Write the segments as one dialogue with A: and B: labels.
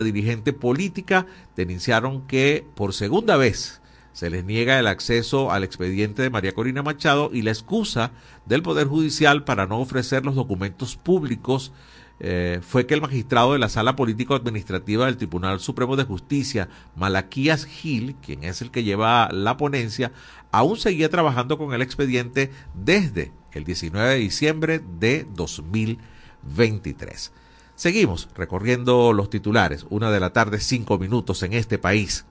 A: dirigente política denunciaron que por segunda vez se les niega el acceso al expediente de María Corina Machado y la excusa del Poder Judicial para no ofrecer los documentos públicos fue que el magistrado de la Sala Político-Administrativa del Tribunal Supremo de Justicia, Malaquías Gil, quien es el que lleva la ponencia, aún seguía trabajando con el expediente desde el 19 de diciembre de 2023. Seguimos recorriendo los titulares, 1:05 p.m. en este país.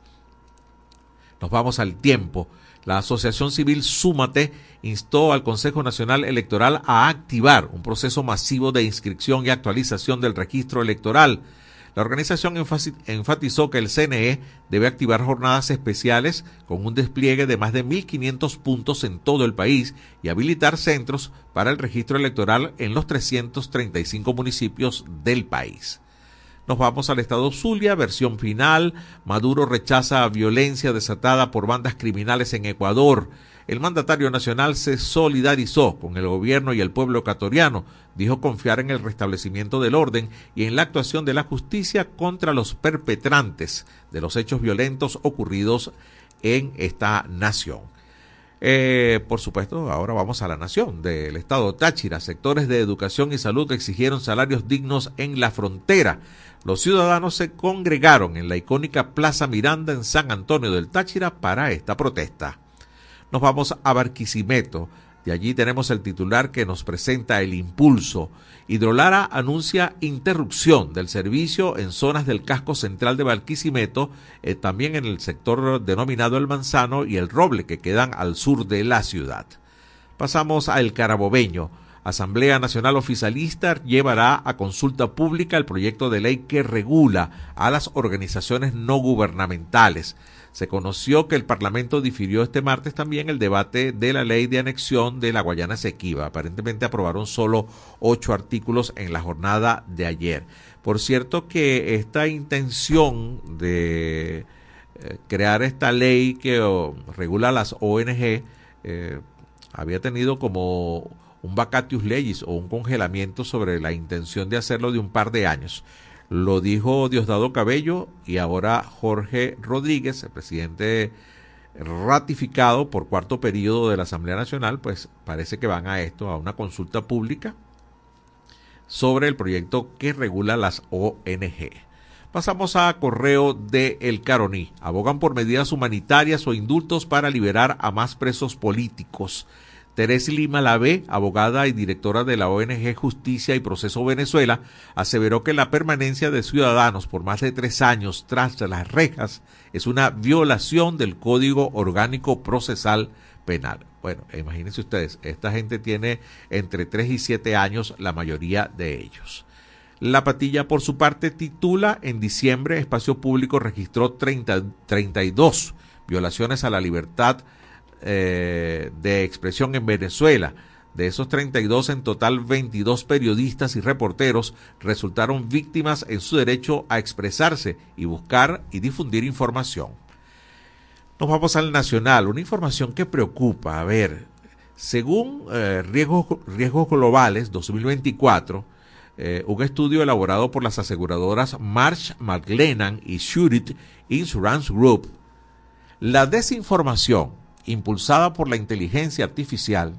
A: Nos vamos al tiempo. La Asociación Civil Súmate instó al Consejo Nacional Electoral a activar un proceso masivo de inscripción y actualización del registro electoral. La organización enfatizó que el CNE debe activar jornadas especiales con un despliegue de más de 1.500 puntos en todo el país y habilitar centros para el registro electoral en los 335 municipios del país. Nos vamos al estado Zulia, versión final. Maduro rechaza violencia desatada por bandas criminales en Ecuador. El mandatario nacional se solidarizó con el gobierno y el pueblo ecuatoriano. Dijo confiar en el restablecimiento del orden y en la actuación de la justicia contra los perpetrantes de los hechos violentos ocurridos en esta nación. Por supuesto, ahora vamos a la nación del estado Táchira. Sectores de educación y salud exigieron salarios dignos en la frontera. Los ciudadanos se congregaron en la icónica Plaza Miranda en San Antonio del Táchira para esta protesta. Nos vamos a Barquisimeto. De allí tenemos el titular que nos presenta el impulso. Hidrolara anuncia interrupción del servicio en zonas del casco central de Barquisimeto, también en el sector denominado El Manzano y El Roble, que quedan al sur de la ciudad. Pasamos a El Carabobeño. Asamblea Nacional Oficialista llevará a consulta pública el proyecto de ley que regula a las organizaciones no gubernamentales. Se conoció que el Parlamento difirió este martes también el debate de la ley de anexión de la Guayana Esequiba. Aparentemente aprobaron solo 8 artículos en la jornada de ayer. Por cierto que esta intención de crear esta ley que regula las ONG había tenido como un vacatius legis o un congelamiento sobre la intención de hacerlo de un par de años. Lo dijo Diosdado Cabello y ahora Jorge Rodríguez, el presidente ratificado por 4º periodo de la Asamblea Nacional, pues parece que van a esto, a una consulta pública sobre el proyecto que regula las ONG. Pasamos a correo de El Caroní. Abogan por medidas humanitarias o indultos para liberar a más presos políticos. Teresa Lima Lavé, abogada y directora de la ONG Justicia y Proceso Venezuela, aseveró que la permanencia de ciudadanos por más de 3 años tras las rejas es una violación del Código Orgánico Procesal Penal. Bueno, imagínense ustedes, esta gente tiene entre 3 y 7 años, la mayoría de ellos. La Patilla, por su parte, titula: en diciembre, Espacio Público registró 32 violaciones a la libertad de expresión en Venezuela. De esos 32, en total 22 periodistas y reporteros resultaron víctimas en su derecho a expresarse y buscar y difundir información. Nos vamos al Nacional, una información que preocupa. A ver, según Riesgos Globales 2024, un estudio elaborado por las aseguradoras Marsh McLennan y Zurich Insurance Group, la desinformación impulsada por la inteligencia artificial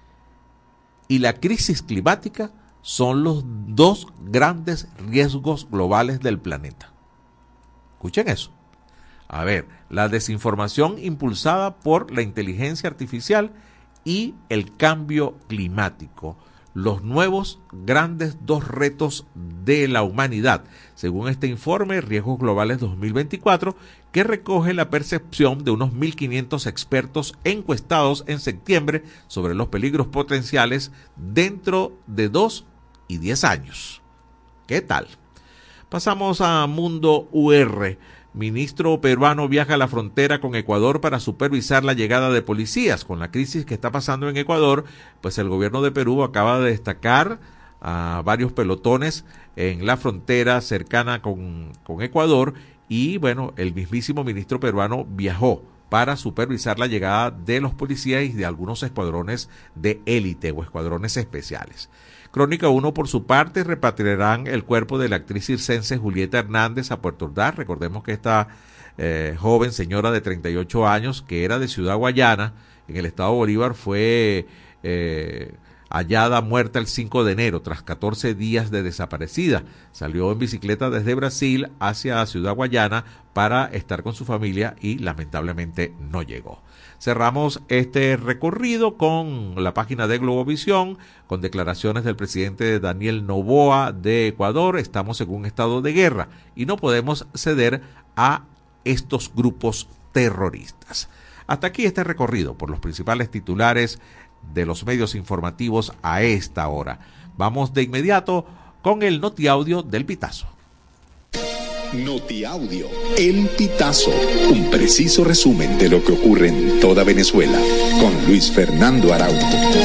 A: y la crisis climática son los 2 grandes riesgos globales del planeta. Escuchen eso. A ver, la desinformación impulsada por la inteligencia artificial y el cambio climático, los nuevos grandes 2 retos de la humanidad, según este informe Riesgos Globales 2024, que recoge la percepción de unos 1.500 expertos encuestados en septiembre sobre los peligros potenciales dentro de 2 y 10 años. ¿Qué tal? Pasamos a Mundo UR. Ministro peruano viaja a la frontera con Ecuador para supervisar la llegada de policías. Con la crisis que está pasando en Ecuador, pues el gobierno de Perú acaba de destacar a varios pelotones en la frontera cercana con Ecuador y bueno, el mismísimo ministro peruano viajó para supervisar la llegada de los policías y de algunos escuadrones de élite o escuadrones especiales. Crónica 1, por su parte, repatriarán el cuerpo de la actriz circense Julieta Hernández a Puerto Ordaz. Recordemos que esta joven señora de 38 años, que era de Ciudad Guayana, en el estado Bolívar, fue hallada muerta el 5 de enero, tras 14 días de desaparecida. Salió en bicicleta desde Brasil hacia Ciudad Guayana para estar con su familia y lamentablemente no llegó. Cerramos este recorrido con la página de Globovisión, con declaraciones del presidente Daniel Noboa de Ecuador. Estamos en un estado de guerra y no podemos ceder a estos grupos terroristas. Hasta aquí este recorrido por los principales titulares de los medios informativos a esta hora. Vamos de inmediato con el notiaudio del Pitazo.
B: Notiaudio, El Pitazo, un preciso resumen de lo que ocurre en toda Venezuela, con Luis Fernando Araújo.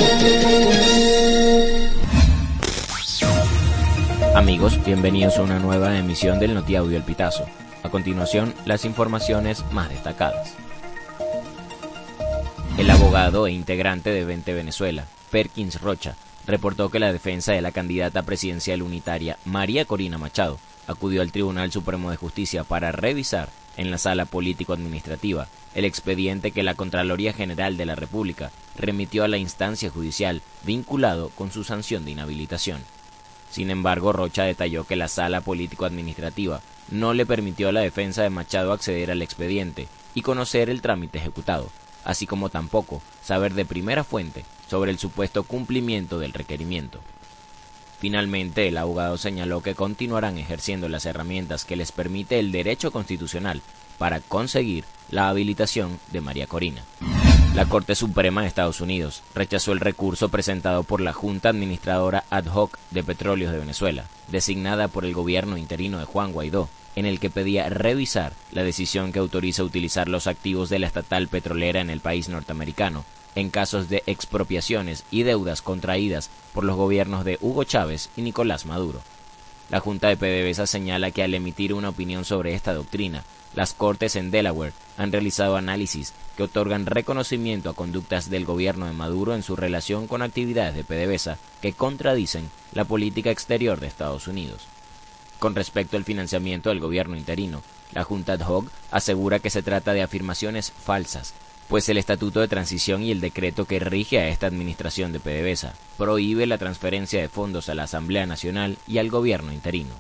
C: Amigos, bienvenidos a una nueva emisión del Notiaudio El Pitazo. A continuación, las informaciones más destacadas. El abogado e integrante de Vente Venezuela, Perkins Rocha, reportó que la defensa de la candidata presidencial unitaria María Corina Machado acudió al Tribunal Supremo de Justicia para revisar en la Sala Político-Administrativa el expediente que la Contraloría General de la República remitió a la instancia judicial vinculado con su sanción de inhabilitación. Sin embargo, Rocha detalló que la Sala Político-Administrativa no le permitió a la defensa de Machado acceder al expediente y conocer el trámite ejecutado, así como tampoco saber de primera fuente sobre el supuesto cumplimiento del requerimiento. Finalmente, el abogado señaló que continuarán ejerciendo las herramientas que les permite el derecho constitucional para conseguir la habilitación de María Corina. La Corte Suprema de Estados Unidos rechazó el recurso presentado por la Junta Administradora Ad Hoc de Petróleos de Venezuela, designada por el gobierno interino de Juan Guaidó, en el que pedía revisar la decisión que autoriza utilizar los activos de la estatal petrolera en el país norteamericano en casos de expropiaciones y deudas contraídas por los gobiernos de Hugo Chávez y Nicolás Maduro. La Junta de PDVSA señala que al emitir una opinión sobre esta doctrina, las Cortes en Delaware han realizado análisis que otorgan reconocimiento a conductas del gobierno de Maduro en su relación con actividades de PDVSA que contradicen la política exterior de Estados Unidos. Con respecto al financiamiento del gobierno interino, la Junta Ad Hoc asegura que se trata de afirmaciones falsas, pues el Estatuto de Transición y el decreto que rige a esta administración de PDVSA prohíbe la transferencia de fondos a la Asamblea Nacional y al gobierno interino.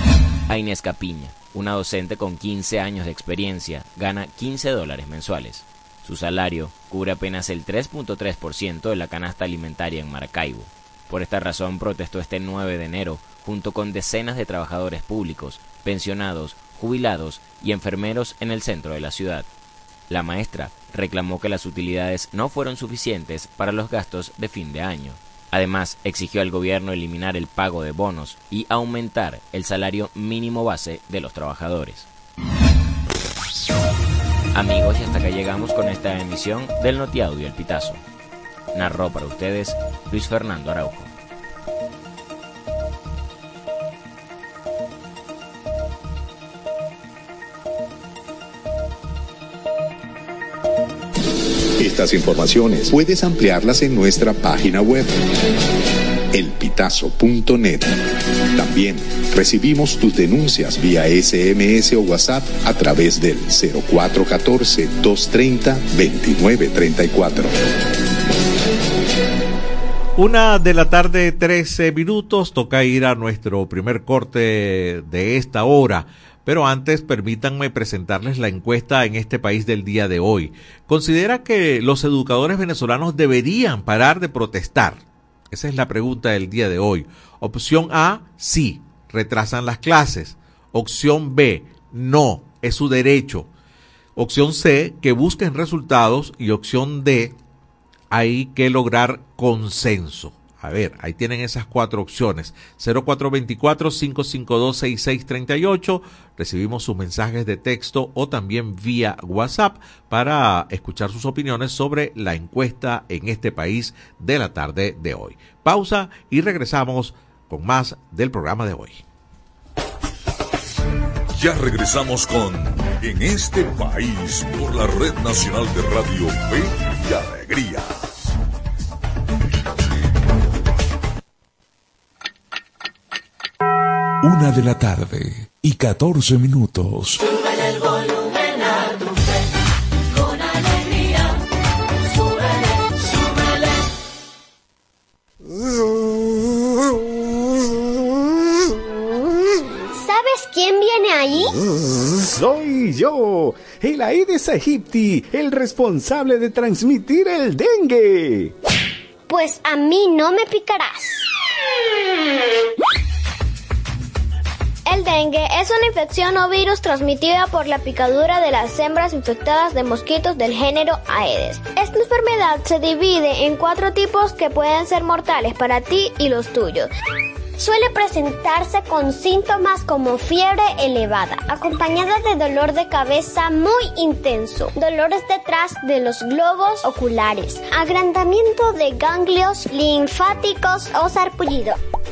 C: A Inés Capiña, una docente con 15 años de experiencia, gana $15 mensuales. Su salario cubre apenas el 3.3% de la canasta alimentaria en Maracaibo. Por esta razón protestó este 9 de enero junto con decenas de trabajadores públicos, pensionados, jubilados y enfermeros en el centro de la ciudad. La maestra reclamó que las utilidades no fueron suficientes para los gastos de fin de año. Además, exigió al gobierno eliminar el pago de bonos y aumentar el salario mínimo base de los trabajadores. Amigos, y hasta acá llegamos con esta emisión del Notiaudio El Pitazo. Narró para ustedes Luis Fernando Araujo.
B: Estas informaciones puedes ampliarlas en nuestra página web, elpitazo.net. También recibimos tus denuncias vía SMS o WhatsApp a través del 0414-230-2934.
A: 1:13 p.m, toca ir a nuestro primer corte de esta hora. Pero antes, permítanme presentarles la encuesta en este país del día de hoy. ¿Considera que los educadores venezolanos deberían parar de protestar? Esa es la pregunta del día de hoy. Opción A, sí, retrasan las clases. Opción B, no, es su derecho. Opción C, que busquen resultados. Y opción D, hay que lograr consenso. A ver, ahí tienen esas cuatro opciones. 0424-552-6638. Recibimos sus mensajes de texto o también vía WhatsApp para escuchar sus opiniones sobre la encuesta en este país de la tarde de hoy. Pausa y regresamos con más del programa de hoy.
D: Ya regresamos con En este país por la Red Nacional de Radio Fe y Alegría.
E: Una de la tarde y 14 minutos.
F: Súbele el volumen a tu fe, con alegría. Súbele, súbele.
G: ¿Sabes quién viene ahí?
H: Soy yo, el Aedes aegypti, el responsable de transmitir el dengue.
G: Pues a mí no me picarás. El dengue es una infección o virus transmitida por la picadura de las hembras infectadas de mosquitos del género Aedes. Esta enfermedad se divide en 4 tipos que pueden ser mortales para ti y los tuyos. Suele presentarse con síntomas como fiebre elevada, acompañada de dolor de cabeza muy intenso, dolores detrás de los globos oculares, agrandamiento de ganglios linfáticos o sarpullido.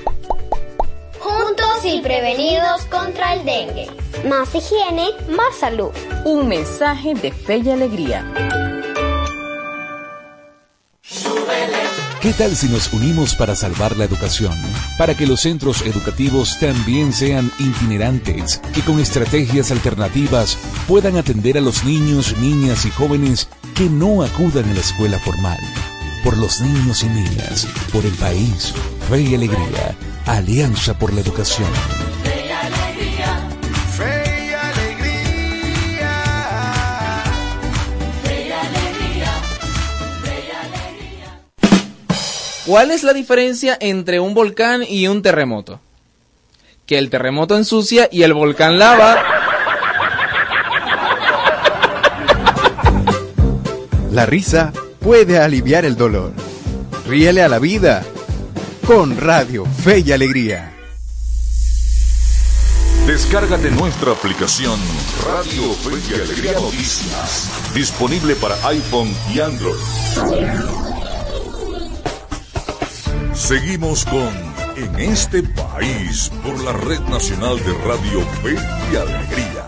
G: Juntos y prevenidos contra el dengue. Más higiene, más salud.
I: Un mensaje de Fe y Alegría.
E: ¿Qué tal si nos unimos para salvar la educación? Para que los centros educativos también sean itinerantes, que con estrategias alternativas puedan atender a los niños, niñas y jóvenes que no acudan a la escuela formal. Por los niños y niñas, por el país, Fe y Alegría, Alianza por la Educación.
F: Fe y alegría. Fe y alegría. Fe y alegría. Fe y alegría.
J: ¿Cuál es la diferencia entre un volcán y un terremoto? Que el terremoto ensucia y el volcán lava.
K: La risa puede aliviar el dolor. Ríele a la vida con Radio Fe y Alegría.
D: Descárgate nuestra aplicación Radio Fe y Alegría Noticias, disponible para iPhone y Android. Seguimos con En este país por la Red Nacional de Radio Fe y Alegría.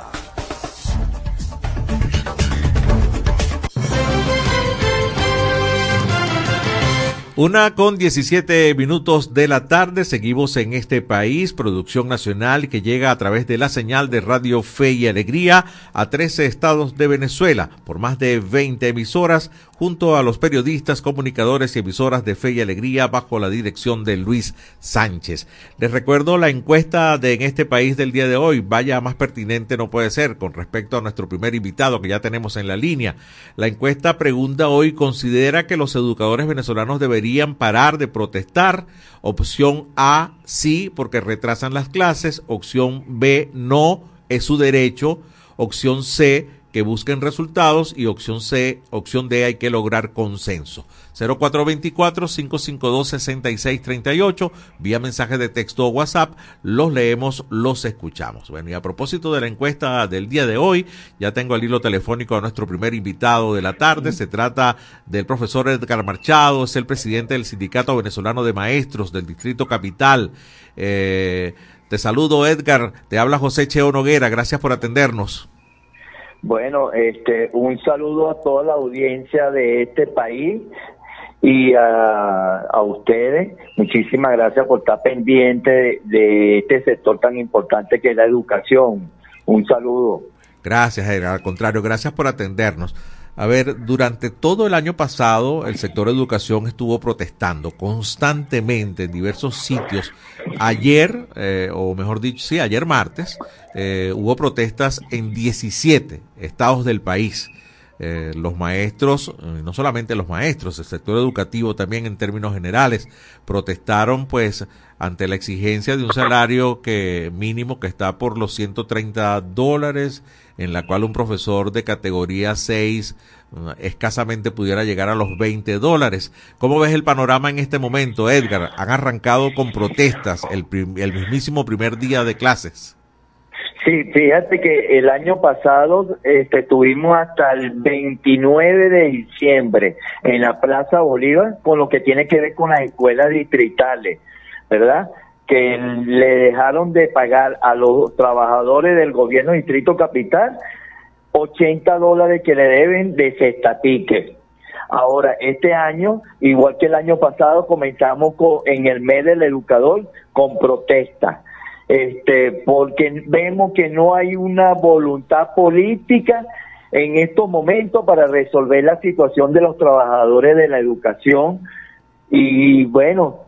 A: Una con 17 minutos de la tarde, seguimos en este país, producción nacional que llega a través de la señal de Radio Fe y Alegría a 13 estados de Venezuela, por más de 20 emisoras, junto a los periodistas, comunicadores y emisoras de Fe y Alegría bajo la dirección de Luis Sánchez. Les recuerdo la encuesta de En este país del día de hoy, vaya más pertinente no puede ser, con respecto a nuestro primer invitado que ya tenemos en la línea. La encuesta pregunta hoy, ¿considera que los educadores venezolanos deberían parar de protestar? Opción A, sí, porque retrasan las clases. Opción B, no, es su derecho. Opción C, que busquen resultados. Y opción D, hay que lograr consenso. 0424-552-6638, vía mensaje de texto o WhatsApp, los leemos, los escuchamos. Bueno, y a propósito de la encuesta del día de hoy, ya tengo al hilo telefónico a nuestro primer invitado de la tarde. Se trata del profesor Edgar Machado, es el presidente del Sindicato Venezolano de Maestros del Distrito Capital. Te saludo, Edgar, te habla José Cheo Noguera, gracias por atendernos.
L: Bueno, un saludo a toda la audiencia de este país y a ustedes. Muchísimas gracias por estar pendiente de este sector tan importante que es la educación. Un saludo.
A: Gracias, Edgar. Al contrario, gracias por atendernos. A ver, durante todo el año pasado, el sector de educación estuvo protestando constantemente en diversos sitios. Ayer, o mejor dicho, sí, ayer martes, hubo protestas en 17 estados del país. Los maestros, no solamente los maestros, el sector educativo también en términos generales, protestaron pues ante la exigencia de un salario mínimo que está por los $130, en la cual un profesor de categoría 6 escasamente pudiera llegar a los $20. ¿Cómo ves el panorama en este momento, Edgar? Han arrancado con protestas el mismísimo primer día de clases.
L: Sí, fíjate que el año pasado estuvimos hasta el 29 de diciembre en la Plaza Bolívar con lo que tiene que ver con las escuelas distritales, ¿verdad? que le dejaron de pagar a los trabajadores del gobierno Distrito Capital $80 que le deben de cesta ticket. Ahora, este año, igual que el año pasado, comenzamos en el mes del educador con protestas, porque vemos que no hay una voluntad política en estos momentos para resolver la situación de los trabajadores de la educación. Y bueno,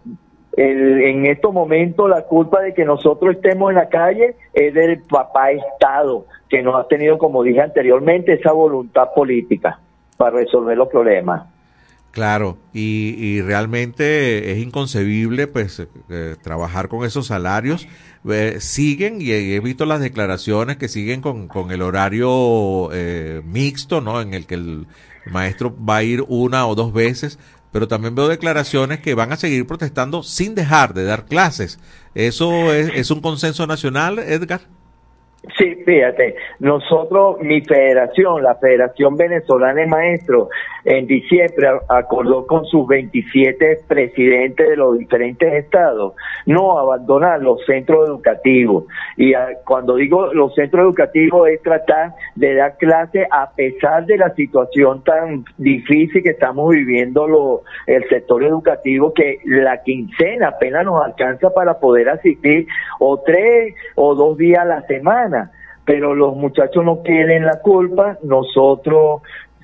L: en estos momentos la culpa de que nosotros estemos en la calle es del papá Estado, que no ha tenido, como dije anteriormente, esa voluntad política para resolver los problemas.
A: Claro, y realmente es inconcebible pues trabajar con esos salarios. Siguen, y he visto las declaraciones que siguen con el horario mixto, ¿no? En el que el maestro va a ir 1 o 2 veces, pero también veo declaraciones que van a seguir protestando sin dejar de dar clases. ¿Eso es un consenso nacional, Edgar?
L: Sí, fíjate, nosotros, mi federación, la Federación Venezolana de Maestros, en diciembre acordó con sus 27 presidentes de los diferentes estados no abandonar los centros educativos. Y cuando digo los centros educativos es tratar de dar clases a pesar de la situación tan difícil que estamos viviendo el sector educativo, que la quincena apenas nos alcanza para poder asistir o 3 o 2 días a la semana. Pero los muchachos no quieren la culpa. Nosotros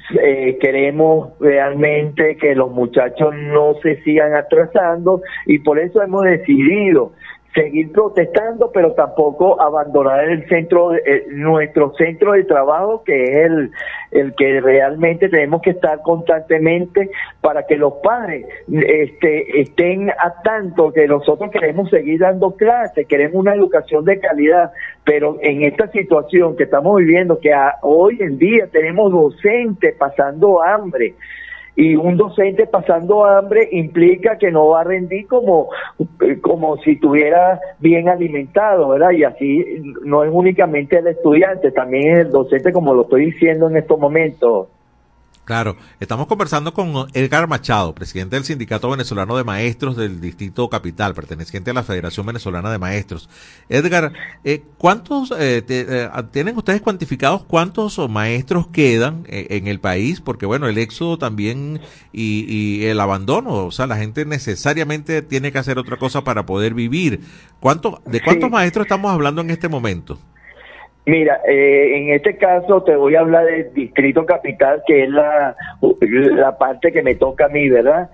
L: queremos realmente que los muchachos no se sigan atrasando, y por eso hemos decidido seguir protestando, pero tampoco abandonar el centro, nuestro centro de trabajo, que es el que realmente tenemos que estar constantemente para que los padres estén a tanto que nosotros queremos seguir dando clases, queremos una educación de calidad, pero en esta situación que estamos viviendo, que hoy en día tenemos docentes pasando hambre, y un docente pasando hambre implica que no va a rendir como si estuviera bien alimentado, ¿verdad? Y así no es únicamente el estudiante, también es el docente, como lo estoy diciendo en estos momentos.
A: Claro, estamos conversando con Edgar Machado, presidente del Sindicato Venezolano de Maestros del Distrito Capital, perteneciente a la Federación Venezolana de Maestros. Edgar, ¿cuántos tienen ustedes cuantificados cuántos maestros quedan en el país? Porque bueno, el éxodo también y el abandono, o sea, la gente necesariamente tiene que hacer otra cosa para poder vivir. ¿De cuántos maestros estamos hablando en este momento?
L: Mira, en este caso te voy a hablar del Distrito Capital, que es la parte que me toca a mí, ¿verdad?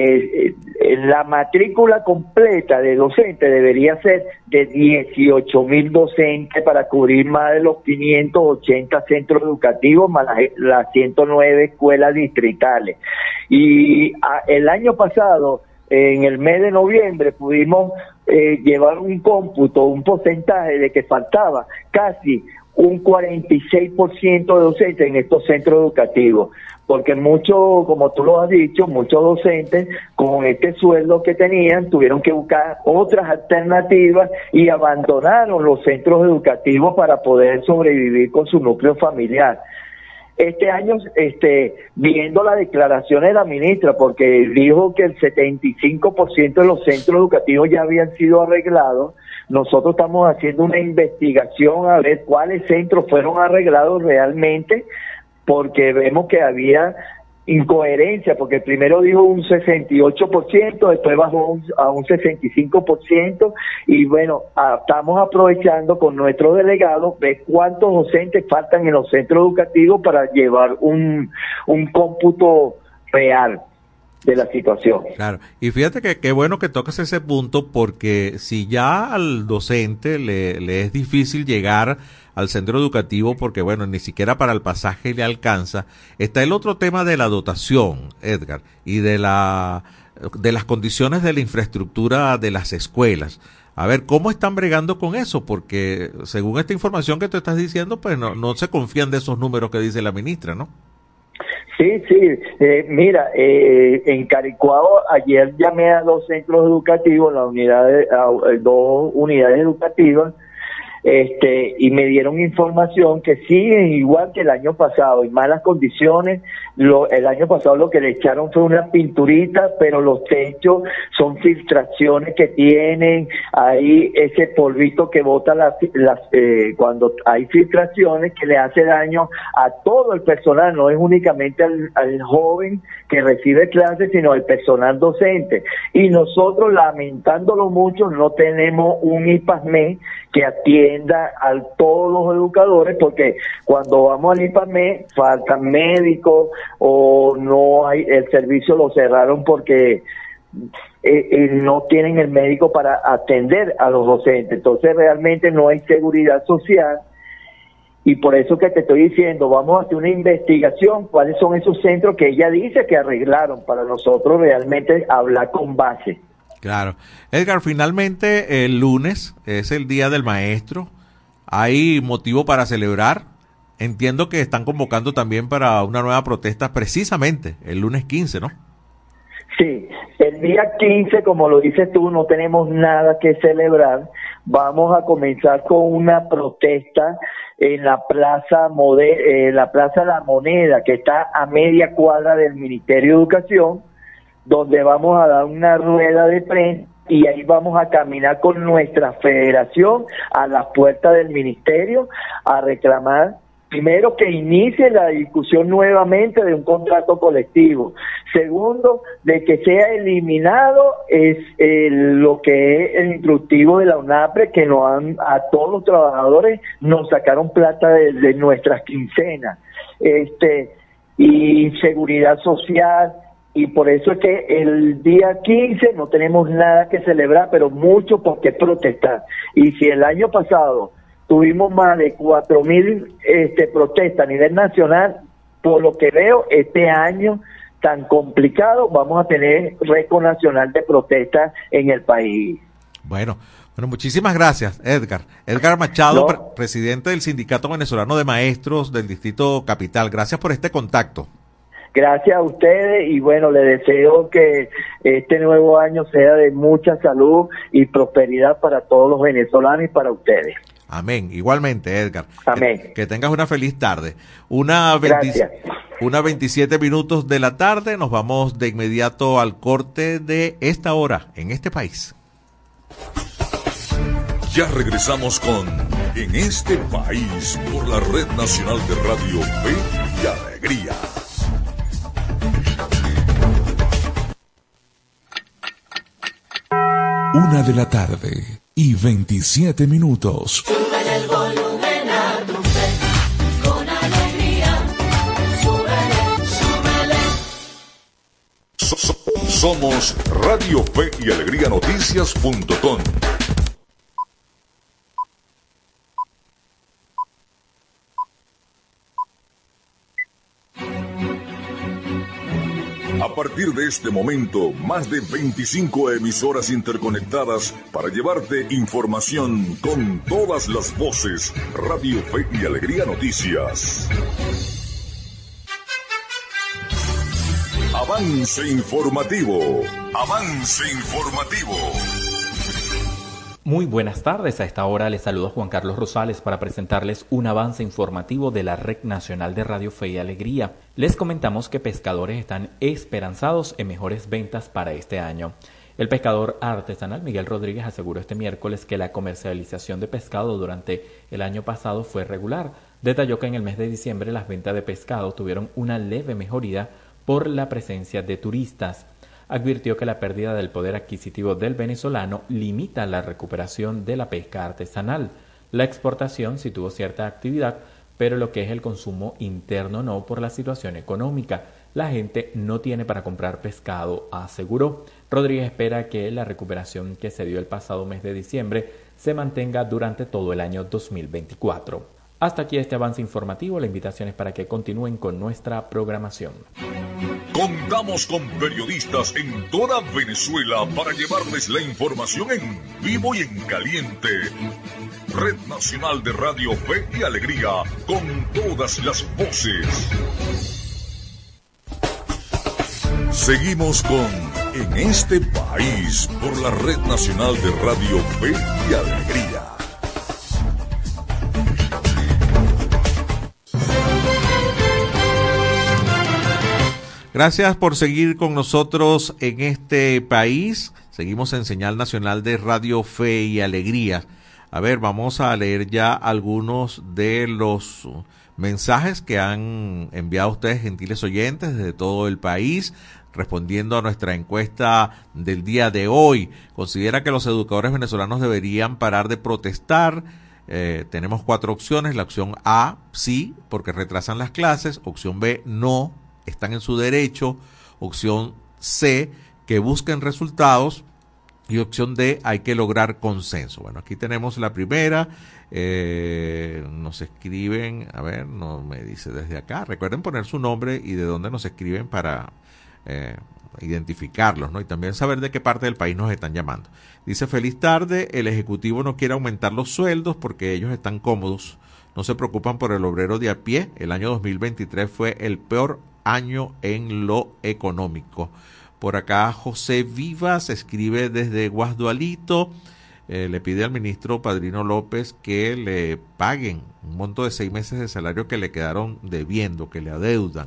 L: La matrícula completa de docentes debería ser de 18,000 docentes para cubrir más de los 580 centros educativos, más las 109 escuelas distritales. Y el año pasado, en el mes de noviembre, pudimos llevar un cómputo, un porcentaje de que faltaba casi un 46% de docentes en estos centros educativos, porque muchos, como tú lo has dicho, muchos docentes con este sueldo que tenían tuvieron que buscar otras alternativas y abandonaron los centros educativos para poder sobrevivir con su núcleo familiar. Este año, viendo las declaraciones de la ministra, porque dijo que el 75% de los centros educativos ya habían sido arreglados, nosotros estamos haciendo una investigación a ver cuáles centros fueron arreglados realmente, porque vemos que había incoherencia, porque primero dijo un 68%, después bajó a un 65%, y bueno, estamos aprovechando con nuestros delegados ver cuántos docentes faltan en los centros educativos para llevar un cómputo real de la situación.
A: Claro, y fíjate que qué bueno que tocas ese punto, porque si ya al docente le es difícil llegar al centro educativo porque bueno, ni siquiera para el pasaje le alcanza, está el otro tema de la dotación, Edgar, y de las condiciones de la infraestructura de las escuelas. A ver, ¿cómo están bregando con eso? Porque según esta información que tú estás diciendo, pues no se confían de esos números que dice la ministra, ¿no?
L: Sí, mira, en Caricuao ayer llamé a 2 centros educativos, 2 unidades educativas, y me dieron información que siguen igual que el año pasado, en malas condiciones. El año pasado lo que le echaron fue una pinturita, pero los techos son filtraciones que tienen ahí, ese polvito que bota cuando hay filtraciones, que le hace daño a todo el personal, no es únicamente al joven que recibe clases, sino al personal docente. Y nosotros, lamentándolo mucho, no tenemos un IPASME que atienda a todos los educadores, porque cuando vamos al IPASME faltan médicos, o no hay, el servicio lo cerraron porque no tienen el médico para atender a los docentes. Entonces realmente no hay seguridad social, y por eso que te estoy diciendo, vamos a hacer una investigación, cuáles son esos centros que ella dice que arreglaron, para nosotros realmente hablar con base.
A: Claro. Edgar, finalmente el lunes es el Día del Maestro. ¿Hay motivo para celebrar? Entiendo que están convocando también para una nueva protesta precisamente el lunes 15, ¿no?
L: Sí, el día 15, como lo dices tú, no tenemos nada que celebrar. Vamos a comenzar con una protesta en la Plaza La Moneda, que está a media cuadra del Ministerio de Educación, donde vamos a dar una rueda de prensa y ahí vamos a caminar con nuestra federación a las puertas del ministerio a reclamar, primero, que inicie la discusión nuevamente de un contrato colectivo. Segundo, de que sea eliminado lo que es el instructivo de la UNAPRE, que a todos los trabajadores nos sacaron plata de nuestras quincenas. Y seguridad social. Y por eso es que el día 15 no tenemos nada que celebrar, pero mucho por qué protestar. Y si el año pasado tuvimos más de 4,000 protestas a nivel nacional, por lo que veo, este año tan complicado vamos a tener récord nacional de protestas en el país.
A: Bueno, muchísimas gracias, Edgar. Edgar Machado, presidente del Sindicato Venezolano de Maestros del Distrito Capital. Gracias por este contacto.
L: Gracias a ustedes, y bueno, les deseo que este nuevo año sea de mucha salud y prosperidad para todos los venezolanos y para ustedes.
A: Amén. Igualmente, Edgar.
L: Amén.
A: Que tengas una feliz tarde. Una 27 minutos de la tarde. Nos vamos de inmediato al corte de esta hora en este país.
D: Ya regresamos con En este país por la Red Nacional de Radio Fe y Alegría.
E: Una de la tarde y 27 minutos.
F: Sube el volumen a tu fe, con alegría, súbele.
D: Somos Radio Fe y Alegría Noticias.com. A partir de este momento, más de 25 emisoras interconectadas para llevarte información con todas las voces. Radio Fe y Alegría Noticias. Avance informativo. Avance informativo.
M: Muy buenas tardes, a esta hora les saludo Juan Carlos Rosales para presentarles un avance informativo de la Red Nacional de Radio Fe y Alegría. Les comentamos que pescadores están esperanzados en mejores ventas para este año. El pescador artesanal Miguel Rodríguez aseguró este miércoles que la comercialización de pescado durante el año pasado fue regular. Detalló que en el mes de diciembre las ventas de pescado tuvieron una leve mejoría por la presencia de turistas. Advirtió que la pérdida del poder adquisitivo del venezolano limita la recuperación de la pesca artesanal. La exportación sí tuvo cierta actividad, pero lo que es el consumo interno no, por la situación económica. La gente no tiene para comprar pescado, aseguró. Rodríguez espera que la recuperación que se dio el pasado mes de diciembre se mantenga durante todo el año 2024. Hasta aquí este avance informativo. La invitación es para que continúen con nuestra programación.
D: Contamos con periodistas en toda Venezuela para llevarles la información en vivo y en caliente. Red Nacional de Radio Fe y Alegría, con todas las voces. Seguimos con En este país por la Red Nacional de Radio Fe y Alegría.
A: Gracias por seguir con nosotros en este país. Seguimos en Señal Nacional de Radio Fe y Alegría. A ver, vamos a leer ya algunos de los mensajes que han enviado ustedes, gentiles oyentes, desde todo el país, respondiendo a nuestra encuesta del día de hoy. ¿Considera que los educadores venezolanos deberían parar de protestar? Tenemos 4 opciones. La opción A, sí, porque retrasan las clases. Opción B, no, están en su derecho. Opción C, que busquen resultados. Y opción D, hay que lograr consenso. Bueno, aquí tenemos la primera. Nos escriben, a ver, no me dice desde acá. Recuerden poner su nombre y de dónde nos escriben para identificarlos, ¿no? Y también saber de qué parte del país nos están llamando. Dice, feliz tarde, el Ejecutivo no quiere aumentar los sueldos porque ellos están cómodos, no se preocupan por el obrero de a pie. El año 2023 fue el peor año en lo económico. Por acá José Vivas escribe desde Guasdualito, le pide al ministro Padrino López que le paguen un monto de 6 meses de salario que le quedaron debiendo, que le adeudan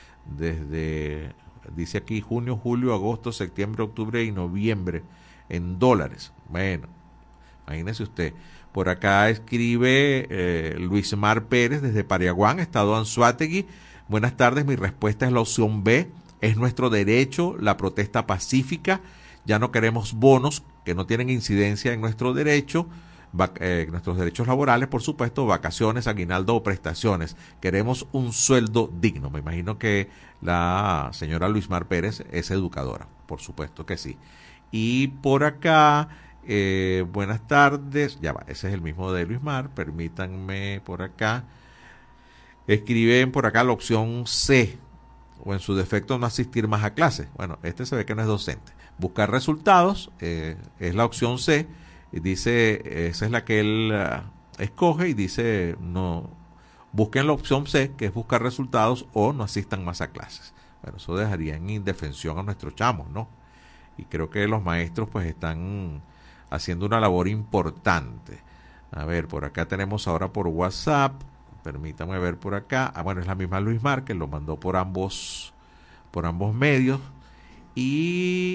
A: desde, dice aquí, junio, julio, agosto, septiembre, octubre y noviembre en dólares. Bueno, imagínese usted. Por acá escribe Luis Mar Pérez desde Pariaguán, estado Anzoátegui. Buenas tardes, mi respuesta es la opción B. Es nuestro derecho la protesta pacífica. Ya no queremos bonos que no tienen incidencia en nuestro derecho, nuestros derechos laborales, por supuesto, vacaciones, aguinaldo o prestaciones. Queremos un sueldo digno. Me imagino que la señora Luis Mar Pérez es educadora, por supuesto que sí. Y por acá, buenas tardes, ya va, ese es el mismo de Luis Mar, permítanme por acá. Escriben por acá la opción C, o en su defecto no asistir más a clases. Bueno, este se ve que no es docente. Buscar resultados es la opción C. Dice, esa es la que él escoge y dice, no, busquen la opción C, que es buscar resultados o no asistan más a clases. Bueno, eso dejaría en indefensión a nuestros chamos, ¿no? Y creo que los maestros pues están haciendo una labor importante. A ver, por acá tenemos ahora por WhatsApp. Permítame ver por acá. Bueno, es la misma Luis Mar, que lo mandó por ambos medios. Y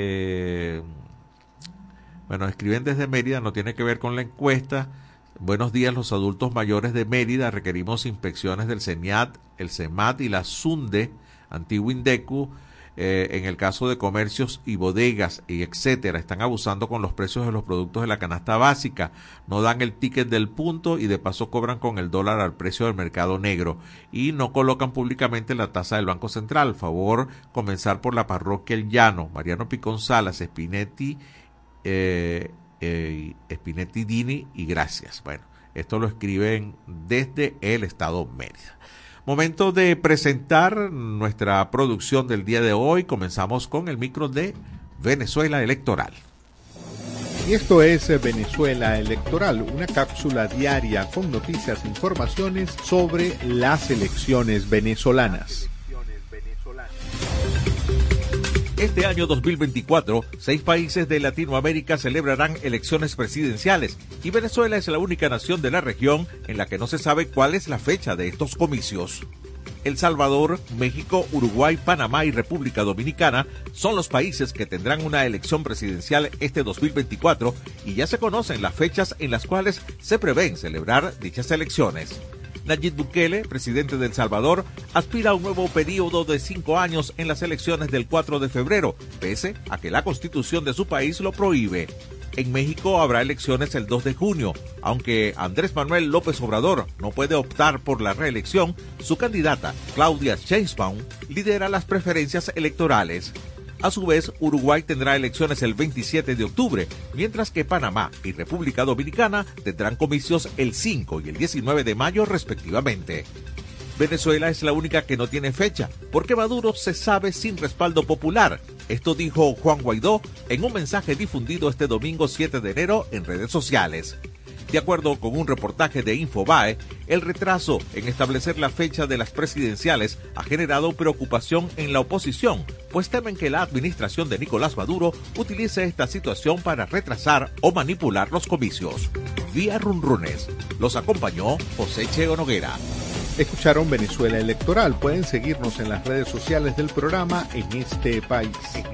A: bueno, escriben desde Mérida, no tiene que ver con la encuesta. Buenos días, los adultos mayores de Mérida requerimos inspecciones del CENIAT, el CEMAT y la SUNDE, Antiguo Indecu, en el caso de comercios y bodegas y etcétera. Están abusando con los precios de los productos de la canasta básica, no dan el ticket del punto y de paso cobran con el dólar al precio del mercado negro y no colocan públicamente la tasa del Banco Central. Favor comenzar por la parroquia El Llano, Mariano Picón Salas, Spinetti Dini y gracias. Bueno, esto lo escriben desde el estado Mérida. Momento de presentar nuestra producción del día de hoy. Comenzamos con el micro de Venezuela Electoral.
N: Y esto es Venezuela Electoral, una cápsula diaria con noticias e informaciones sobre las elecciones venezolanas.
A: Este año 2024, 6 países de Latinoamérica celebrarán elecciones presidenciales y Venezuela es la única nación de la región en la que no se sabe cuál es la fecha de estos comicios. El Salvador, México, Uruguay, Panamá y República Dominicana son los países que tendrán una elección presidencial este 2024 y ya se conocen las fechas en las cuales se prevén celebrar dichas elecciones. Nayib Bukele, presidente de El Salvador, aspira a un nuevo periodo de 5 años en las elecciones del 4 de febrero, pese a que la constitución de su país lo prohíbe. En México habrá elecciones el 2 de junio. Aunque Andrés Manuel López Obrador no puede optar por la reelección, su candidata, Claudia Sheinbaum, lidera las preferencias electorales. A su vez, Uruguay tendrá elecciones el 27 de octubre, mientras que Panamá y República Dominicana tendrán comicios el 5 y el 19 de mayo respectivamente. Venezuela es la única que no tiene fecha, porque Maduro se sabe sin respaldo popular. Esto dijo Juan Guaidó en un mensaje difundido este domingo 7 de enero en redes sociales. De acuerdo con un reportaje de Infobae, el retraso en establecer la fecha de las presidenciales ha generado preocupación en la oposición, pues temen que la administración de Nicolás Maduro utilice esta situación para retrasar o manipular los comicios. Vía Runrunes, los acompañó José Cheo Noguera.
N: Escucharon Venezuela Electoral. Pueden seguirnos en las redes sociales del programa En Este País.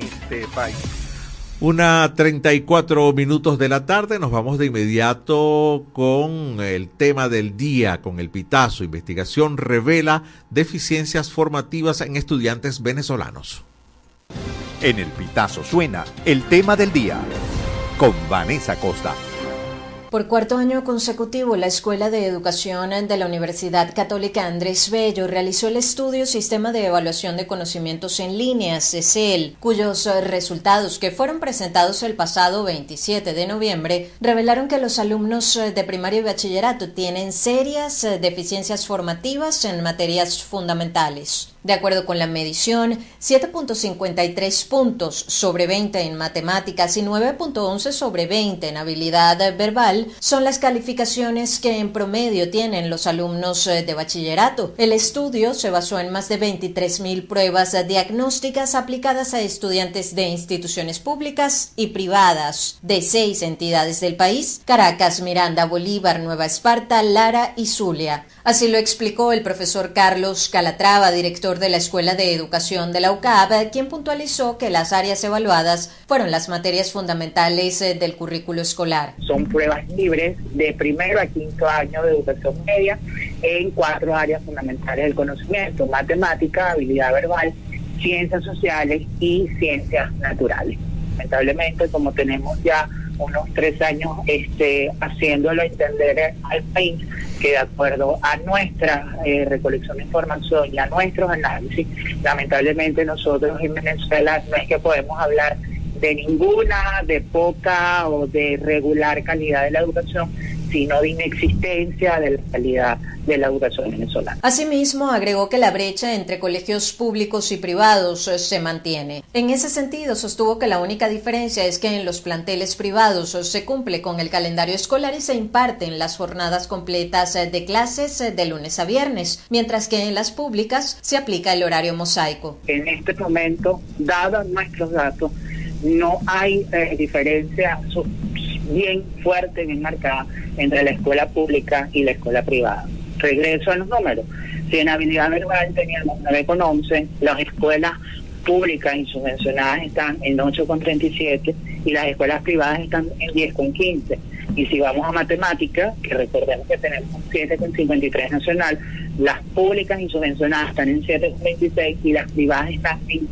A: 1:34 de la tarde, nos vamos de inmediato con el tema del día, con el pitazo. Investigación revela deficiencias formativas en estudiantes venezolanos.
B: En el pitazo suena el tema del día con Vanessa Costa.
O: Por cuarto año consecutivo, la Escuela de Educación de la Universidad Católica Andrés Bello realizó el estudio Sistema de Evaluación de Conocimientos en Línea, CECEL, cuyos resultados, que fueron presentados el pasado 27 de noviembre, revelaron que los alumnos de primaria y bachillerato tienen serias deficiencias formativas en materias fundamentales. De acuerdo con la medición, 7.53 puntos sobre 20 en matemáticas y 9.11 sobre 20 en habilidad verbal son las calificaciones que en promedio tienen los alumnos de bachillerato. El estudio se basó en más de 23.000 pruebas diagnósticas aplicadas a estudiantes de instituciones públicas y privadas de 6 entidades del país: Caracas, Miranda, Bolívar, Nueva Esparta, Lara y Zulia. Así lo explicó el profesor Carlos Calatrava, director de la Escuela de Educación de la UCAB, quien puntualizó que las áreas evaluadas fueron las materias fundamentales del currículo escolar.
P: Son pruebas libres de primero a quinto año de educación media en 4 áreas fundamentales del conocimiento: matemática, habilidad verbal, ciencias sociales y ciencias naturales. Lamentablemente, como tenemos ya unos 3 años haciéndolo entender al país que de acuerdo a nuestra recolección de información y a nuestros análisis, lamentablemente nosotros en Venezuela no es que podemos hablar de ninguna, de poca o de regular calidad de la educación, sino de inexistencia de la calidad de la educación venezolana.
O: Asimismo, agregó que la brecha entre colegios públicos y privados se mantiene. En ese sentido, sostuvo que la única diferencia es que en los planteles privados se cumple con el calendario escolar y se imparten las jornadas completas de clases de lunes a viernes, mientras que en las públicas se aplica el horario mosaico.
P: En este momento, dados nuestros datos, no hay diferencia bien fuerte, bien marcada entre la escuela pública y la escuela privada. Regreso a los números. Si en habilidad verbal teníamos 9,11, las escuelas públicas y subvencionadas están en 8,37 y las escuelas privadas están en 10,15. Y si vamos a matemáticas, que recordemos que tenemos un 7,53 nacional, las públicas y subvencionadas están en 7,26 y las privadas están en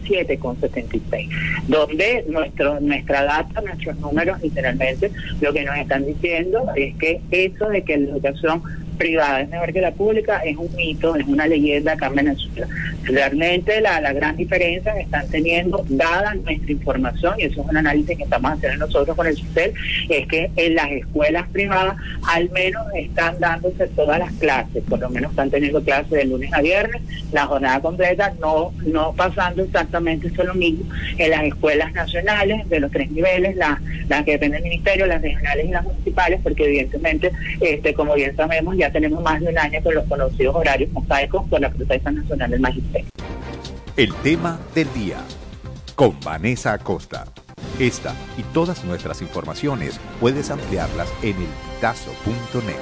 P: 7,76. Donde nuestra data, nuestros números, literalmente, lo que nos están diciendo es que eso de que la educación privada es mejor que la pública es un mito, es una leyenda acá en Venezuela. Realmente la gran diferencia que están teniendo, dada nuestra información, y eso es un análisis que estamos haciendo nosotros con el CICEL, es que en las escuelas privadas al menos están dándose todas las clases, por lo menos están teniendo clases de lunes a viernes, la jornada completa, no pasando exactamente eso lo mismo en las escuelas nacionales de los 3 niveles, las que dependen del ministerio, las regionales y las municipales, porque evidentemente, como bien sabemos, ya tenemos más de un año con los conocidos horarios mosaicos por la Protesta Nacional del Magisterio.
B: El tema del día con Vanessa Acosta. Esta y todas nuestras informaciones puedes ampliarlas en elpitazo.net.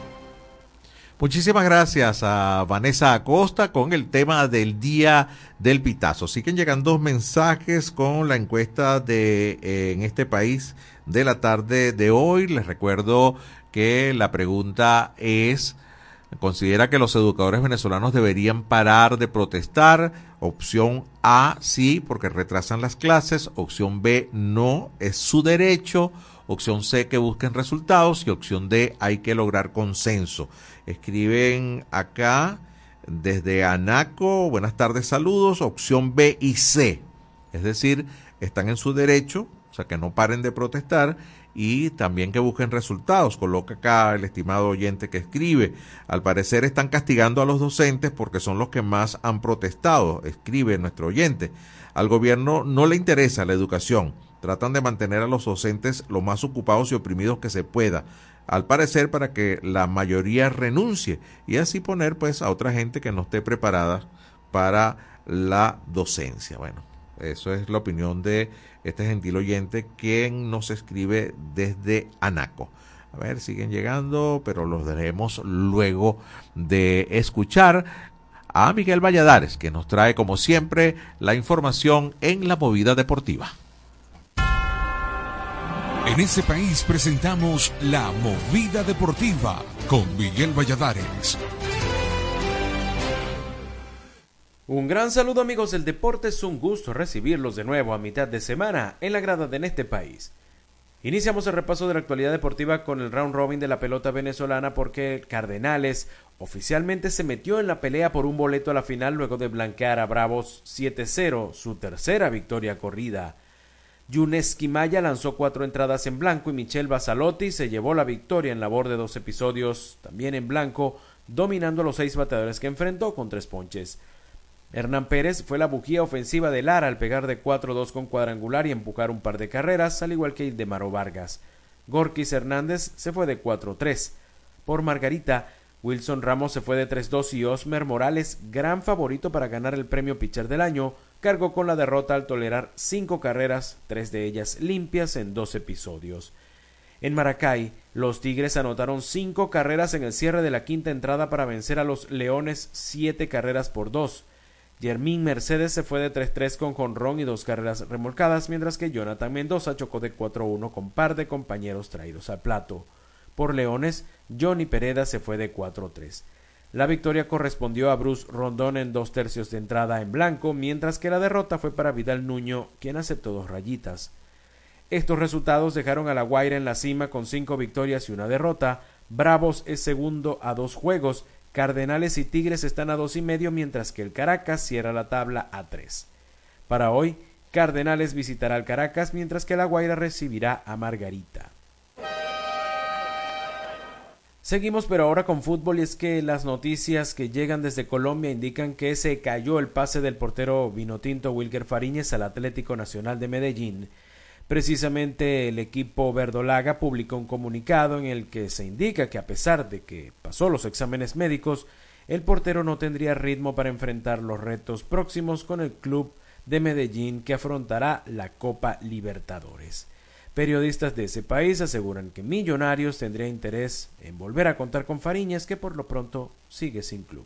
A: Muchísimas gracias a Vanessa Acosta con el tema del día del pitazo. Siguen llegando mensajes con la encuesta de En Este País de la tarde de hoy. Les recuerdo que la pregunta es: ¿considera que los educadores venezolanos deberían parar de protestar? Opción A, sí, porque retrasan las clases. Opción B, no, es su derecho. Opción C, que busquen resultados. Y opción D, hay que lograr consenso. Escriben acá desde Anaco: buenas tardes, saludos. Opción B y C, es decir, están en su derecho, o sea, que no paren de protestar, y también que busquen resultados. Coloca acá el estimado oyente que escribe: al parecer están castigando a los docentes porque son los que más han protestado. Escribe nuestro oyente: al gobierno no le interesa la educación, tratan de mantener a los docentes lo más ocupados y oprimidos que se pueda, al parecer para que la mayoría renuncie y así poner pues a otra gente que no esté preparada para la docencia. Bueno, eso es la opinión de este gentil oyente quien nos escribe desde Anaco. A ver, siguen llegando, pero los daremos luego de escuchar a Miguel Valladares, que nos trae, como siempre, la información en la movida deportiva.
E: En este país presentamos La Movida Deportiva con Miguel Valladares.
Q: Un gran saludo, amigos del deporte, es un gusto recibirlos de nuevo a mitad de semana en la grada de En este país. Iniciamos el repaso de la actualidad deportiva con el round robin de la pelota venezolana porque Cardenales oficialmente se metió en la pelea por un boleto a la final luego de blanquear a Bravos 7-0, su tercera victoria corrida. Yunes Quimaya lanzó 4 entradas en blanco y Michel Basalotti se llevó la victoria en labor de 2 episodios, también en blanco, dominando a los 6 bateadores que enfrentó con 3 ponches. Hernán Pérez fue la bujía ofensiva de Lara al pegar de 4-2 con cuadrangular y empujar un par de carreras, al igual que Ildemaro Vargas. Gorkis Hernández se fue de 4-3. Por Margarita, Wilson Ramos se fue de 3-2 y Osmer Morales, gran favorito para ganar el premio pitcher del año, cargó con la derrota al tolerar 5 carreras, 3 de ellas limpias en 2 episodios. En Maracay, los Tigres anotaron 5 carreras en el cierre de la quinta entrada para vencer a los Leones 7 carreras por 2. Yermín Mercedes se fue de 3-3 con jonrón y 2 carreras remolcadas, mientras que Jonathan Mendoza chocó de 4-1 con par de compañeros traídos al plato. Por Leones, Johnny Pereda se fue de 4-3. La victoria correspondió a Bruce Rondón en 2/3 de entrada en blanco, mientras que la derrota fue para Vidal Nuño, quien aceptó 2 rayitas. Estos resultados dejaron a La Guaira en la cima con 5 victorias y 1 derrota. Bravos es segundo a 2 juegos. Cardenales y Tigres están a 2.5, mientras que el Caracas cierra la tabla a 3. Para hoy, Cardenales visitará al Caracas, mientras que La Guaira recibirá a Margarita. Seguimos pero ahora con fútbol, y es que las noticias que llegan desde Colombia indican que se cayó el pase del portero vinotinto Wilker Fariñez al Atlético Nacional de Medellín. Precisamente el equipo verdolaga publicó un comunicado en el que se indica que a pesar de que pasó los exámenes médicos, el portero no tendría ritmo para enfrentar los retos próximos con el club de Medellín que afrontará la Copa Libertadores. Periodistas de ese país aseguran que Millonarios tendría interés en volver a contar con Fariñez, que por lo pronto sigue sin club.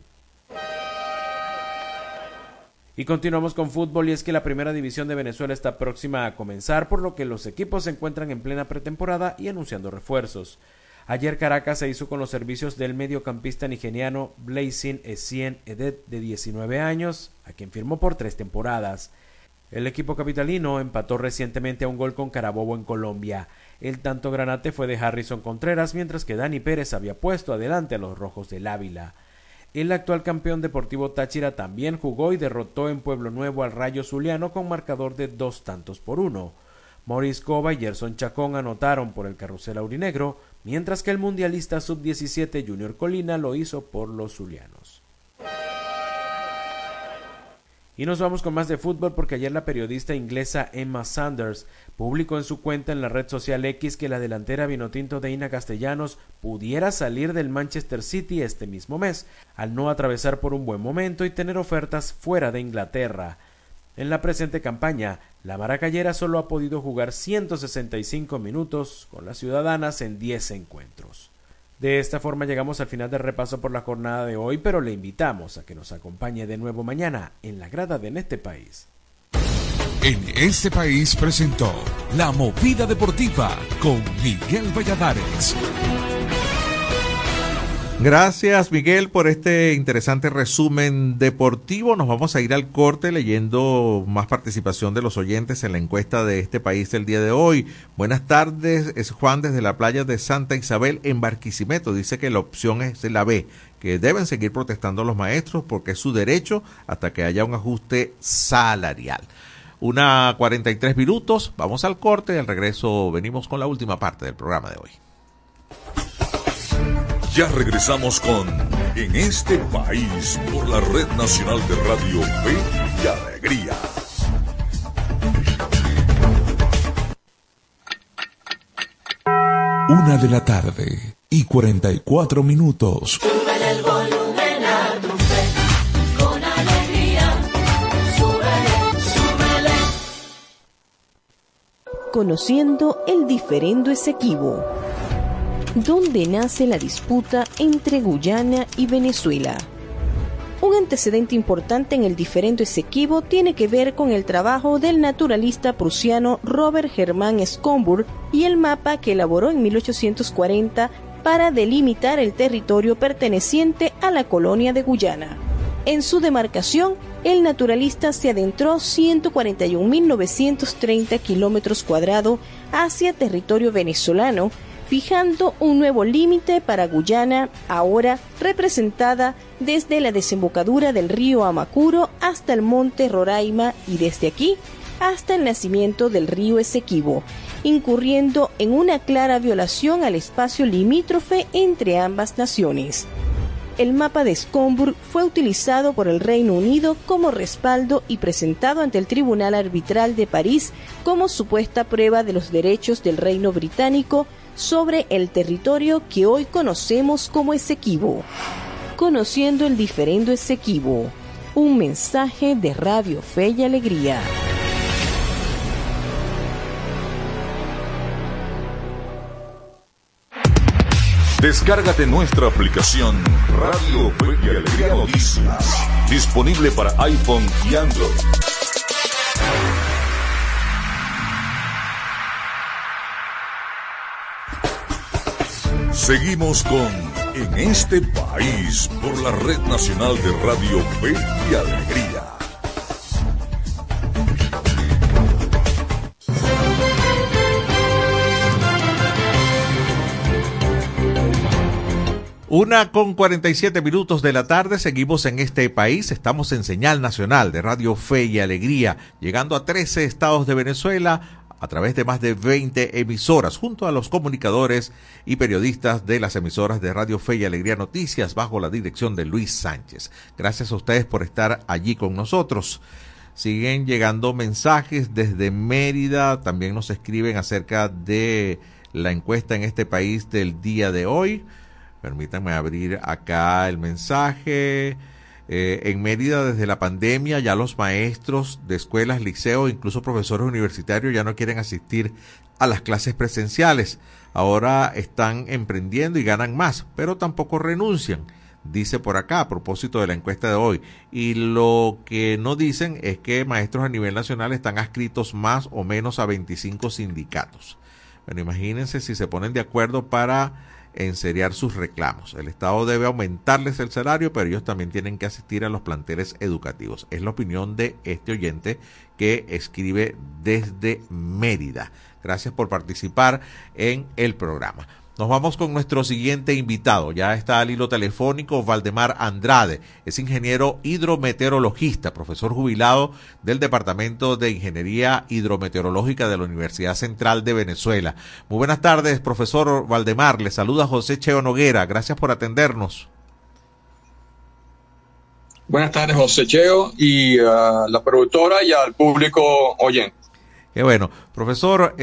Q: Y continuamos con fútbol, y es que la primera división de Venezuela está próxima a comenzar, por lo que los equipos se encuentran en plena pretemporada y anunciando refuerzos. Ayer Caracas se hizo con los servicios del mediocampista nigeriano Blessing Essien Edet, de 19 años, a quien firmó por 3 temporadas. El equipo capitalino empató recientemente a un gol con Carabobo en Colombia. El tanto granate fue de Harrison Contreras, mientras que Dani Pérez había puesto adelante a los rojos del Ávila. El actual campeón Deportivo Táchira también jugó y derrotó en Pueblo Nuevo al Rayo Zuliano con marcador de 2-1. Maurice Cova y Gerson Chacón anotaron por el Carrusel Aurinegro, mientras que el mundialista sub-17 Junior Colina lo hizo por los zulianos. Y nos vamos con más de fútbol, porque ayer la periodista inglesa Emma Sanders publicó en su cuenta en la red social X que la delantera vinotinto Deina Castellanos pudiera salir del Manchester City este mismo mes, al no atravesar por un buen momento y tener ofertas fuera de Inglaterra. En la presente campaña, la maracayera solo ha podido jugar 165 minutos con las ciudadanas en 10 encuentros. De esta forma llegamos al final del repaso por la jornada de hoy, pero le invitamos a que nos acompañe de nuevo mañana en la grada de En este país.
E: En este país presentó La Movida Deportiva con Miguel Valladares.
A: Gracias, Miguel, por este interesante resumen deportivo. Nos vamos a ir al corte leyendo más participación de los oyentes en la encuesta de este país del día de hoy. Buenas tardes, es Juan desde la playa de Santa Isabel en Barquisimeto. Dice que la opción es la B, que deben seguir protestando los maestros porque es su derecho hasta que haya un ajuste salarial. 1:43, vamos al corte y al regreso venimos con la última parte del programa de hoy.
D: Ya regresamos con En este país por la Red Nacional de Radio Fe y Alegría.
E: Una de la tarde y 44 minutos.
F: Súbele el volumen a tu fe, con alegría. Súbele, súbele.
R: Conociendo el diferendo Esequibo. donde nace la disputa entre Guyana y Venezuela. Un antecedente importante en el diferendo Esequibo tiene que ver con el trabajo del naturalista prusiano Robert Hermann Schomburg y el mapa que elaboró en 1840 para delimitar el territorio perteneciente a la colonia de Guyana. En su demarcación, el naturalista se adentró 141.930 kilómetros cuadrados hacia territorio venezolano, fijando un nuevo límite para Guyana, ahora representada desde la desembocadura del río Amacuro hasta el monte Roraima y desde aquí hasta el nacimiento del río Esequibo, incurriendo en una clara violación al espacio limítrofe entre ambas naciones. El mapa de Schomburg fue utilizado por el Reino Unido como respaldo y presentado ante el Tribunal Arbitral de París como supuesta prueba de los derechos del Reino Británico sobre el territorio que hoy conocemos como Esequibo. Conociendo el diferendo Esequibo, un mensaje de Radio Fe y Alegría.
D: Descárgate nuestra aplicación Radio Fe y Alegría Noticias, disponible para iPhone y Android. Seguimos con En este país por la Red Nacional de Radio Fe y Alegría.
A: Una con 47 minutos de la tarde, seguimos en este país, estamos en señal nacional de Radio Fe y Alegría, llegando a 13 estados de Venezuela a través de más de 20 emisoras, junto a los comunicadores y periodistas de las emisoras de Radio Fe y Alegría Noticias, bajo la dirección de Luis Sánchez. Gracias a ustedes por estar allí con nosotros. Siguen llegando mensajes desde Mérida, también nos escriben acerca de la encuesta en este país del día de hoy. Permítanme abrir acá el mensaje. En Mérida, desde la pandemia, ya los maestros de escuelas, liceos, incluso profesores universitarios ya no quieren asistir a las clases presenciales. Ahora están emprendiendo y ganan más, pero tampoco renuncian, dice por acá a propósito de la encuesta de hoy. Y lo que no dicen es que maestros a nivel nacional están adscritos más o menos a 25 sindicatos. Bueno, imagínense si se ponen de acuerdo para enseriar sus reclamos. El Estado debe aumentarles el salario, pero ellos también tienen que asistir a los planteles educativos. Es la opinión de este oyente que escribe desde Mérida. Gracias por participar en el programa. Nos vamos con nuestro siguiente invitado. Ya está al hilo telefónico Valdemar Andrade. Es ingeniero hidrometeorologista, profesor jubilado del Departamento de Ingeniería Hidrometeorológica de la Universidad Central de Venezuela. Muy buenas tardes, profesor Valdemar. Le saluda José Cheo Noguera. Gracias por atendernos.
S: Buenas tardes, José Cheo, y a la productora y al público oyente.
A: Qué bueno. Profesor,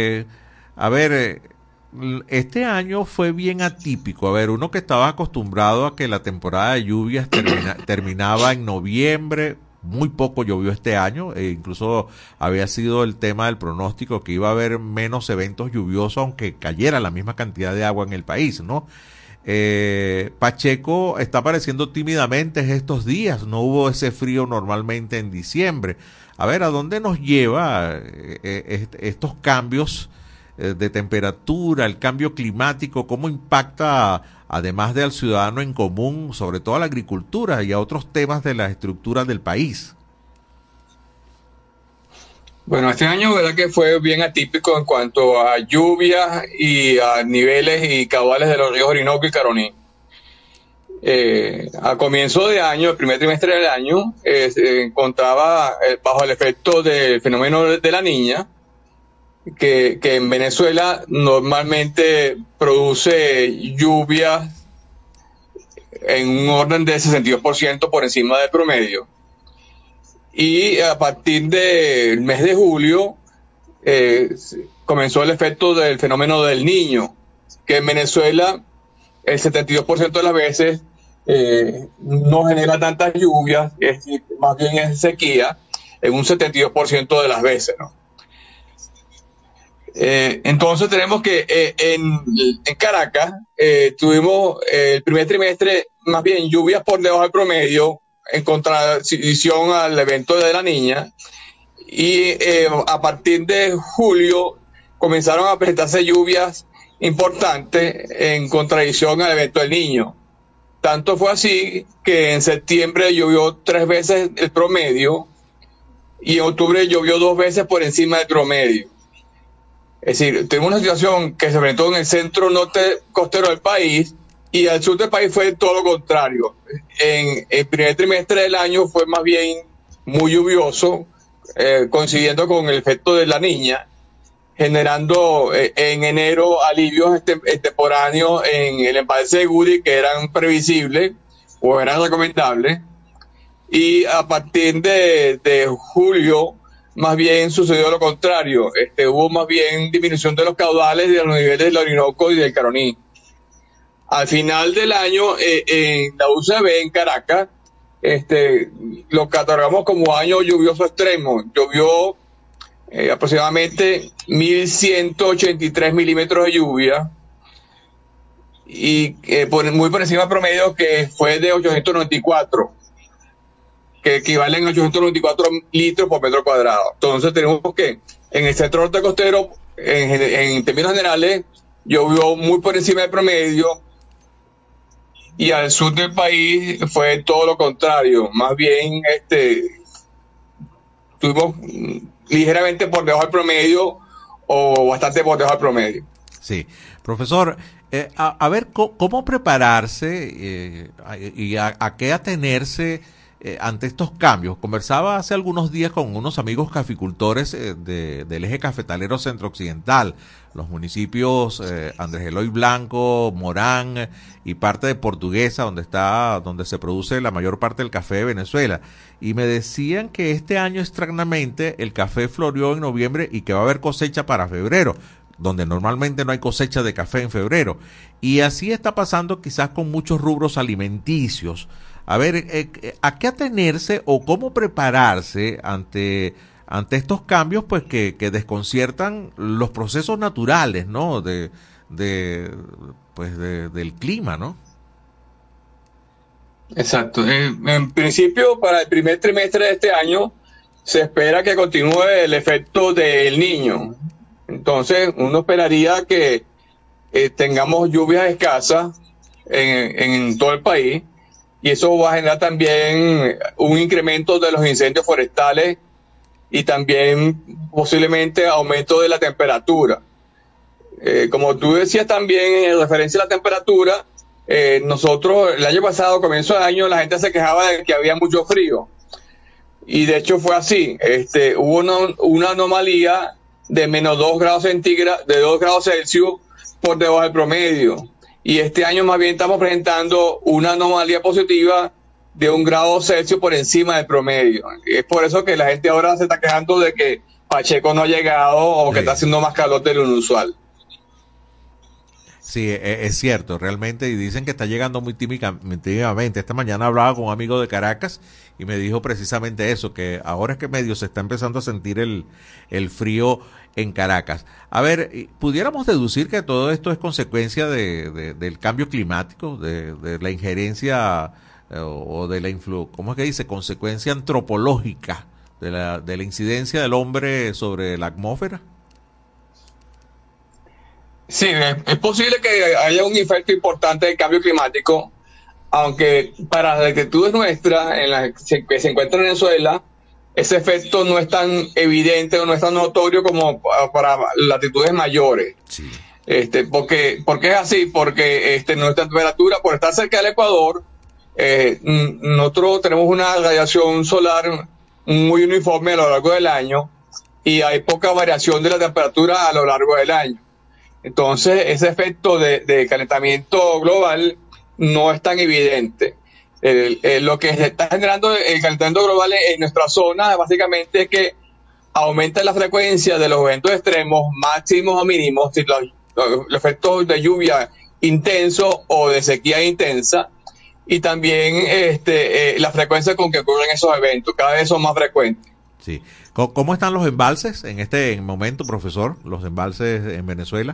A: este año fue bien atípico. A ver, uno que estaba acostumbrado a que la temporada de lluvias terminaba en noviembre, muy poco llovió este año, incluso había sido el tema del pronóstico que iba a haber menos eventos lluviosos aunque cayera la misma cantidad de agua en el país, ¿no? Pacheco está apareciendo tímidamente estos días, no hubo ese frío normalmente en diciembre. A ver, ¿a dónde nos lleva estos cambios de temperatura, el cambio climático, cómo impacta además de al ciudadano en común, sobre todo a la agricultura y a otros temas de la estructura del país?
S: Bueno, este año verdad que fue bien atípico en cuanto a lluvias y a niveles y caudales de los ríos Orinoco y Caroní. A comienzo de año, el primer trimestre del año, se encontraba bajo el efecto del fenómeno de la Niña, que en Venezuela normalmente produce lluvias en un orden de 62% por encima del promedio. Y a partir del mes de julio comenzó el efecto del fenómeno del Niño, que en Venezuela el 72% de las veces no genera tantas lluvias, es decir, más bien es sequía en un 72% de las veces, ¿no? Entonces tenemos que en Caracas tuvimos el primer trimestre más bien lluvias por debajo del promedio en contradicción al evento de la Niña, y a partir de julio comenzaron a presentarse lluvias importantes en contradicción al evento del Niño. Tanto fue así que en septiembre llovió 3 veces el promedio y en octubre llovió 2 veces por encima del promedio. Es decir, tenemos una situación que se presentó en el centro norte costero del país, y al sur del país fue todo lo contrario. En el primer trimestre del año fue más bien muy lluvioso, coincidiendo con el efecto de la Niña, generando en enero alivios extemporáneos en el embalse de Guri que eran previsibles o eran recomendables, y a partir de julio más bien sucedió lo contrario. Hubo más bien disminución de los caudales de los niveles del Orinoco y del Caroní. Al final del año, en la UCB en Caracas, lo catalogamos como año lluvioso extremo. Llovió aproximadamente 1.183 milímetros de lluvia, y muy por encima del promedio, que fue de 894, que equivalen a 894 litros por metro cuadrado. Entonces tenemos que en el centro norte costero, en términos generales, llovió muy por encima del promedio, y al sur del país fue todo lo contrario. Más bien tuvimos ligeramente por debajo del promedio o bastante por debajo del promedio.
A: Sí, profesor, a ver, ¿cómo prepararse y a qué atenerse ante estos cambios? Conversaba hace algunos días con unos amigos caficultores del eje cafetalero centro-occidental, los municipios Andrés Eloy Blanco, Morán y parte de Portuguesa, donde se produce la mayor parte del café de Venezuela, y me decían que este año extrañamente el café floreó en noviembre y que va a haber cosecha para febrero, donde normalmente no hay cosecha de café en febrero, y así está pasando quizás con muchos rubros alimenticios. A ver, ¿a qué atenerse o cómo prepararse ante estos cambios, pues que desconciertan los procesos naturales, ¿no? del clima, ¿no?
S: Exacto. En principio, para el primer trimestre de este año se espera que continúe el efecto del Niño. Entonces, uno esperaría que tengamos lluvias escasas en todo el país, y eso va a generar también un incremento de los incendios forestales y también posiblemente aumento de la temperatura. Como tú decías también en referencia a la temperatura, nosotros el año pasado, comienzo de año, la gente se quejaba de que había mucho frío, y de hecho fue así. Hubo una anomalía de menos 2 grados centígrados, de 2 grados Celsius por debajo del promedio. Y este año más bien estamos presentando una anomalía positiva de 1 grado Celsius por encima del promedio. Es por eso que la gente ahora se está quejando de que Pacheco no ha llegado o que está haciendo más calor de lo inusual.
A: Sí, es cierto, realmente, y dicen que está llegando muy tímidamente. Esta mañana hablaba con un amigo de Caracas y me dijo precisamente eso, que ahora es que medio se está empezando a sentir el frío en Caracas. A ver, ¿pudiéramos deducir que todo esto es consecuencia del cambio climático, de la injerencia o de la ¿cómo es que dice? Consecuencia antropológica de la incidencia del hombre sobre la atmósfera?
S: Sí, es posible que haya un efecto importante del cambio climático, aunque para las latitudes nuestras, en las que se encuentra en Venezuela, ese efecto no es tan evidente o no es tan notorio como para latitudes mayores.
A: Sí.
S: ¿Por qué es así? Porque nuestra temperatura, por estar cerca del Ecuador, nosotros tenemos una radiación solar muy uniforme a lo largo del año, y hay poca variación de la temperatura a lo largo del año. Entonces, ese efecto de calentamiento global no es tan evidente. Lo que se está generando el calentamiento global en nuestra zona básicamente es que aumenta la frecuencia de los eventos extremos, máximos o mínimos, los efectos de lluvia intenso o de sequía intensa, y también la frecuencia con que ocurren esos eventos, cada vez son más frecuentes.
A: Sí. ¿Cómo están los embalses en este momento, profesor? Los embalses en Venezuela.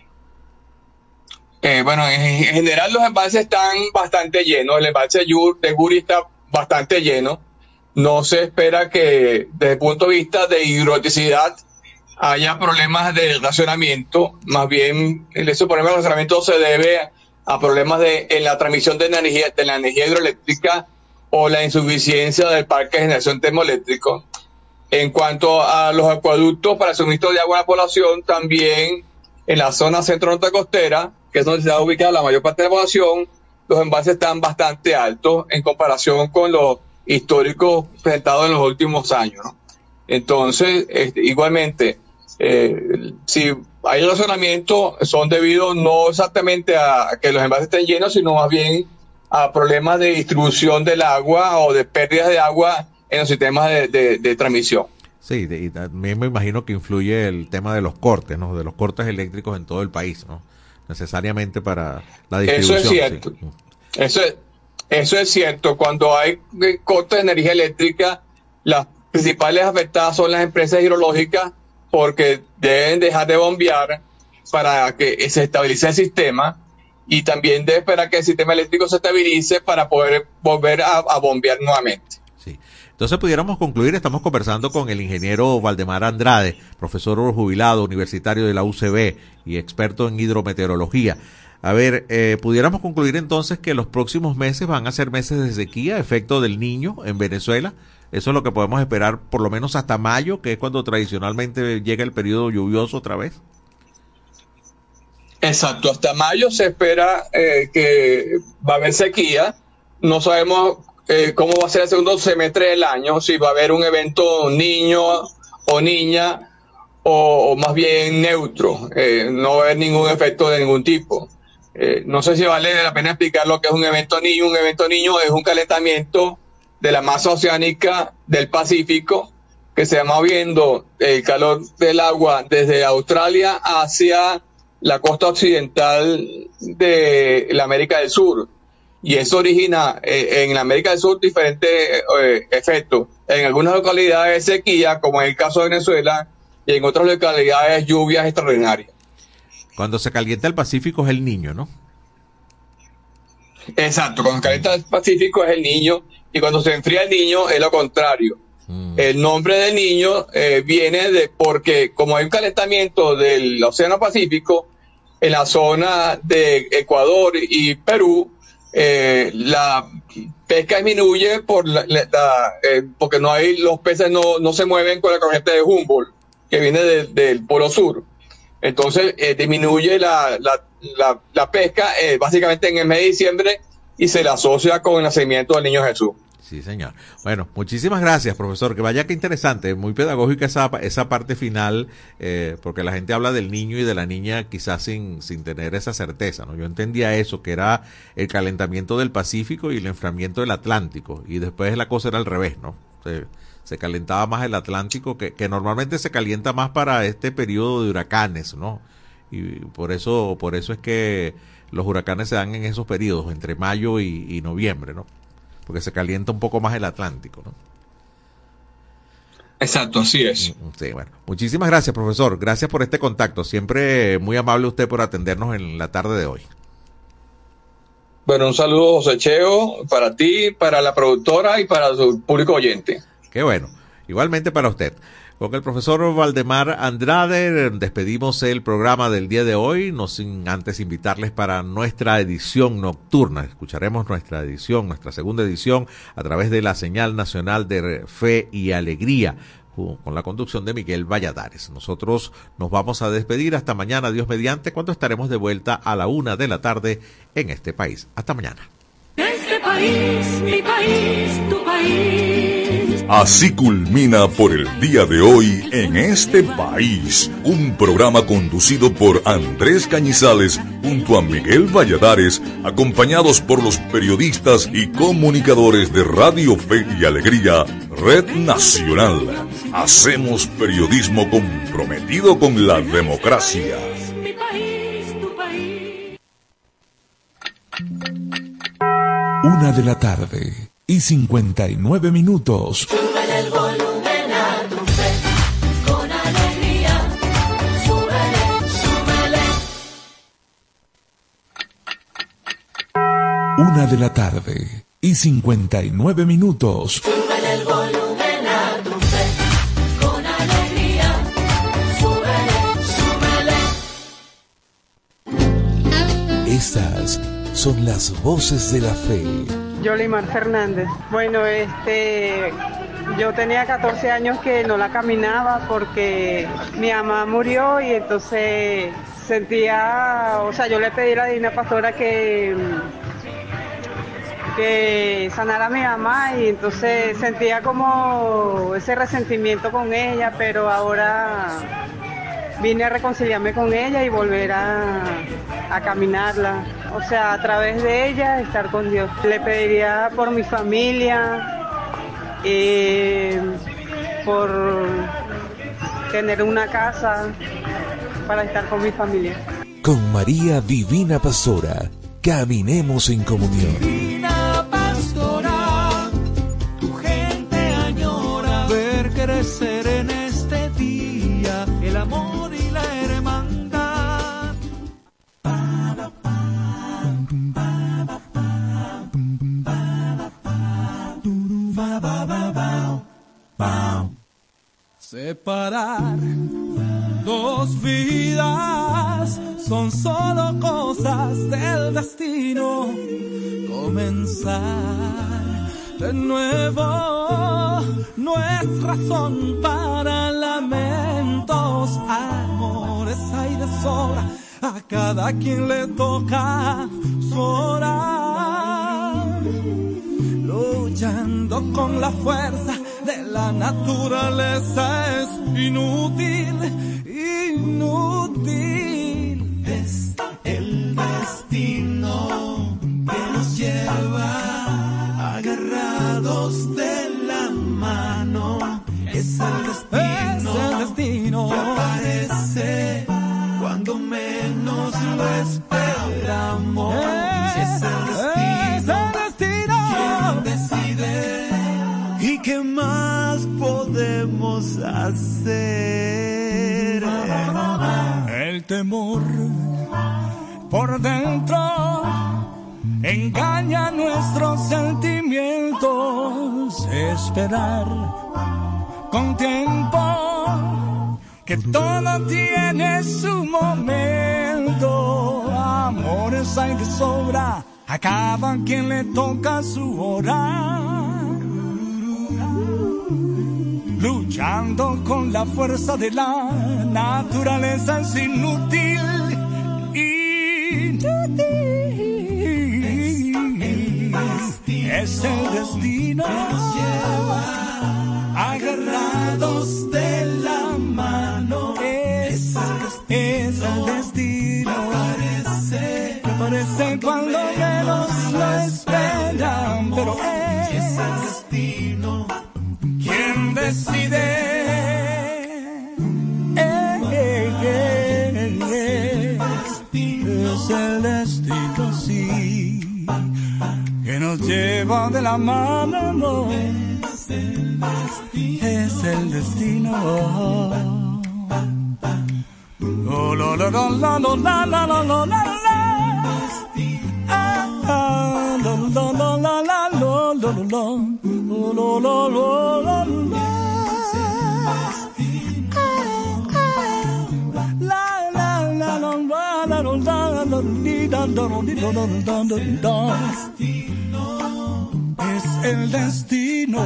S: Bueno, en general los embalses están bastante llenos. El embalse de Guri está bastante lleno. No se espera que desde el punto de vista de hidroelectricidad haya problemas de racionamiento. Más bien, ese problema de racionamiento se debe a problemas en la transmisión de la energía hidroeléctrica o la insuficiencia del parque de generación termoeléctrico. En cuanto a los acueductos para el suministro de agua a la población, también en la zona centro-norte costera, que es donde se ha ubicado la mayor parte de la población, los embalses están bastante altos en comparación con los históricos presentados en los últimos años, ¿no? Entonces, igualmente, si hay razonamiento, son debidos no exactamente a que los embalses estén llenos, sino más bien a problemas de distribución del agua o de pérdidas de agua en los sistemas de transmisión.
A: Sí, y también me imagino que influye el tema de los cortes, ¿no? De los cortes eléctricos en todo el país, ¿no? Necesariamente para la distribución.
S: Eso es cierto. Sí. Eso es cierto. Cuando hay cortes de energía eléctrica, las principales afectadas son las empresas hidrológicas, porque deben dejar de bombear para que se estabilice el sistema, y también debe esperar que el sistema eléctrico se estabilice para poder volver a bombear nuevamente.
A: Sí. Entonces pudiéramos concluir, estamos conversando con el ingeniero Valdemar Andrade, profesor jubilado universitario de la UCB y experto en hidrometeorología. A ver, pudiéramos concluir entonces que los próximos meses van a ser meses de sequía, efecto del Niño en Venezuela. Eso es lo que podemos esperar por lo menos hasta mayo, que es cuando tradicionalmente llega el periodo lluvioso otra vez.
S: Exacto, hasta mayo se espera que va a haber sequía. No sabemos cómo va a ser el segundo semestre del año, si va a haber un evento niño o niña o más bien neutro. No va a haber ningún efecto de ningún tipo. No sé si vale la pena explicar lo que es un evento niño. Un evento niño es un calentamiento de la masa oceánica del Pacífico que se va moviendo el calor del agua desde Australia hacia la costa occidental de la América del Sur, y eso origina en la América del Sur diferentes efectos. En algunas localidades sequía, como en el caso de Venezuela, y en otras localidades lluvias extraordinarias.
A: Cuando se calienta el Pacífico es el Niño, ¿no?
S: Exacto, cuando se calienta el Pacífico es el Niño, y cuando se enfría el Niño es lo contrario. El nombre del Niño viene de porque como hay un calentamiento del Océano Pacífico en la zona de Ecuador y Perú, la pesca disminuye porque no hay, los peces no se mueven con la corriente de Humboldt que viene del Polo Sur. Entonces disminuye la pesca básicamente en el mes de diciembre, y se la asocia con el nacimiento del Niño Jesús.
A: Sí, señor. Bueno, muchísimas gracias, profesor. Que vaya que interesante, muy pedagógica esa parte final, porque la gente habla del niño y de la niña quizás sin tener esa certeza, ¿no? Yo entendía eso, que era el calentamiento del Pacífico y el enfriamiento del Atlántico, y después la cosa era al revés, ¿no? Se calentaba más el Atlántico, que normalmente se calienta más para este periodo de huracanes, ¿no? Y por eso es que los huracanes se dan en esos periodos, entre mayo y noviembre, ¿no? Porque se calienta un poco más el Atlántico, ¿no?
S: Exacto, así es.
A: Sí, bueno. Muchísimas gracias, profesor. Gracias por este contacto. Siempre muy amable usted por atendernos en la tarde de hoy.
S: Bueno, un saludo, José Cheo, para ti, para la productora y para su público oyente.
A: Qué bueno. Igualmente para usted. Con el profesor Valdemar Andrade despedimos el programa del día de hoy, no sin antes invitarles para nuestra edición nocturna. Escucharemos nuestra segunda edición, a través de la señal nacional de Fe y Alegría, con la conducción de Miguel Valladares. Nosotros nos vamos a despedir hasta mañana, Dios mediante, cuando estaremos de vuelta a la 1:00 p.m. en este país. Hasta mañana.
F: Este país, mi país, tu país.
D: Así culmina por el día de hoy En Este País, un programa conducido por Andrés Cañizales junto a Miguel Valladares, acompañados por los periodistas y comunicadores de Radio Fe y Alegría, Red Nacional. Hacemos periodismo comprometido con la democracia.
E: 1:59 p.m.
F: Súbele el volumen a
E: 1:59
F: Súbele el volumen a tu fe, con alegría. Súbele.
E: Estas son las voces de la fe.
T: Yolimar Fernández. Bueno, yo tenía 14 años que no la caminaba porque mi mamá murió y entonces sentía, yo le pedí a la divina pastora que sanara a mi mamá y entonces sentía como ese resentimiento con ella, pero ahora vine a reconciliarme con ella y volver a caminarla. A través de ella estar con Dios. Le pediría por mi familia, por tener una casa para estar con mi familia.
E: Con María Divina Pastora, caminemos en comunión.
F: Divina Pastora, tu gente añora ver crecer en este día el amor y la hermandad. Separar dos vidas son solo cosas del destino. Comenzar de nuevo no es razón para lamentos. Amores hay de sobra, a cada quien le toca su hora. Luchando con la fuerza de la naturaleza es inútil. Es el destino que nos lleva agarrados de la mano. Es el destino que aparece cuando menos lo esperamos. Es el destino quien decide. ¿Y qué más podemos hacer? El temor por dentro engaña nuestros sentimientos. Esperar con tiempo, que todo tiene su momento. Amores hay de sobra, a cada quien le toca su hora. Luchando con la fuerza de la naturaleza es inútil. Es el destino que nos lleva agarrados de la mano. Es el destino que aparece cuando menos lo esperan. Pero es el destino quien decide. Es el destino, sí, que nos lleva de la mano, no. Es el destino. Oh, lo, lo, lo, lo, lo, la, la, la, la, la, la. Ah, lo, lo, lo, la, la, lo, lo, lo, lo, lo, lo, lo, lo, lo. Es el destino.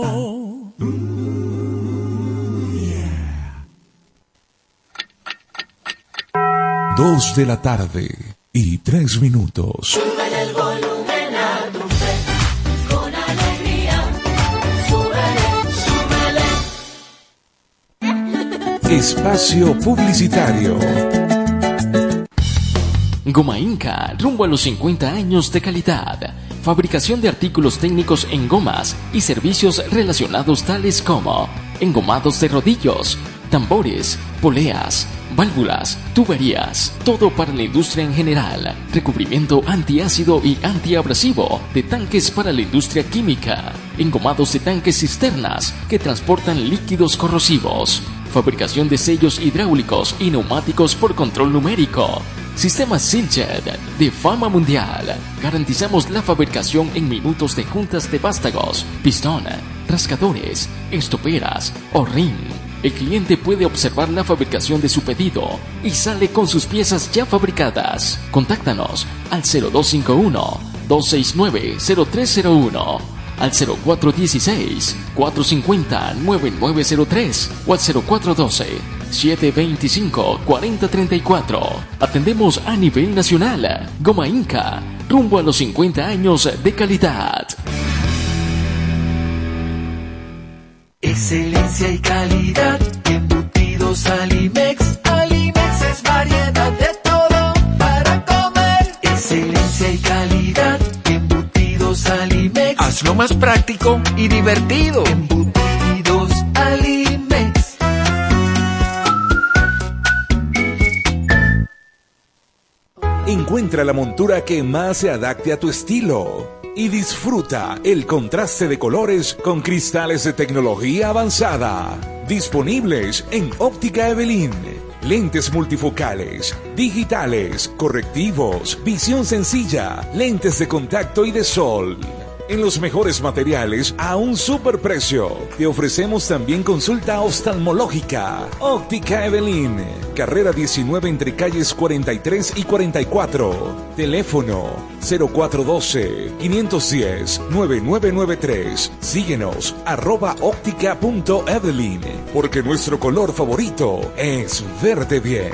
E: 2:03
F: Súbele el volumen a tu fe, con alegría. Súbele.
E: Espacio publicitario.
U: Goma Inca, rumbo a los 50 años de calidad. Fabricación de artículos técnicos en gomas y servicios relacionados tales como engomados de rodillos, tambores, poleas, válvulas, tuberías, todo para la industria en general, recubrimiento antiácido y antiabrasivo de tanques para la industria química, engomados de tanques cisternas que transportan líquidos corrosivos, fabricación de sellos hidráulicos y neumáticos por control numérico, Sistema Siljet de fama mundial. Garantizamos la fabricación en minutos de juntas de vástagos, pistón, rascadores, estoperas o ring. El cliente puede observar la fabricación de su pedido y sale con sus piezas ya fabricadas. Contáctanos al 0251-269-0301, al 0416-450-9903 o al 0412-725-4034. Atendemos a nivel nacional. Goma Inca, rumbo a los 50 años de calidad.
F: Excelencia y calidad, embutidos Alimex. Alimex es variedad de todo para comer. Excelencia y calidad, embutidos Alimex.
C: Hazlo más práctico y divertido.
F: Embutidos Alimex.
E: Encuentra la montura que más se adapte a tu estilo y disfruta el contraste de colores con cristales de tecnología avanzada. Disponibles en Óptica Evelyn. Lentes multifocales, digitales, correctivos, visión sencilla, lentes de contacto y de sol. En los mejores materiales a un superprecio. Te ofrecemos también consulta oftalmológica. Óptica Evelyn. Carrera 19 entre calles 43 y 44. Teléfono 0412-510-9993. Síguenos @óptica.evelyn. Porque nuestro color favorito es verte bien.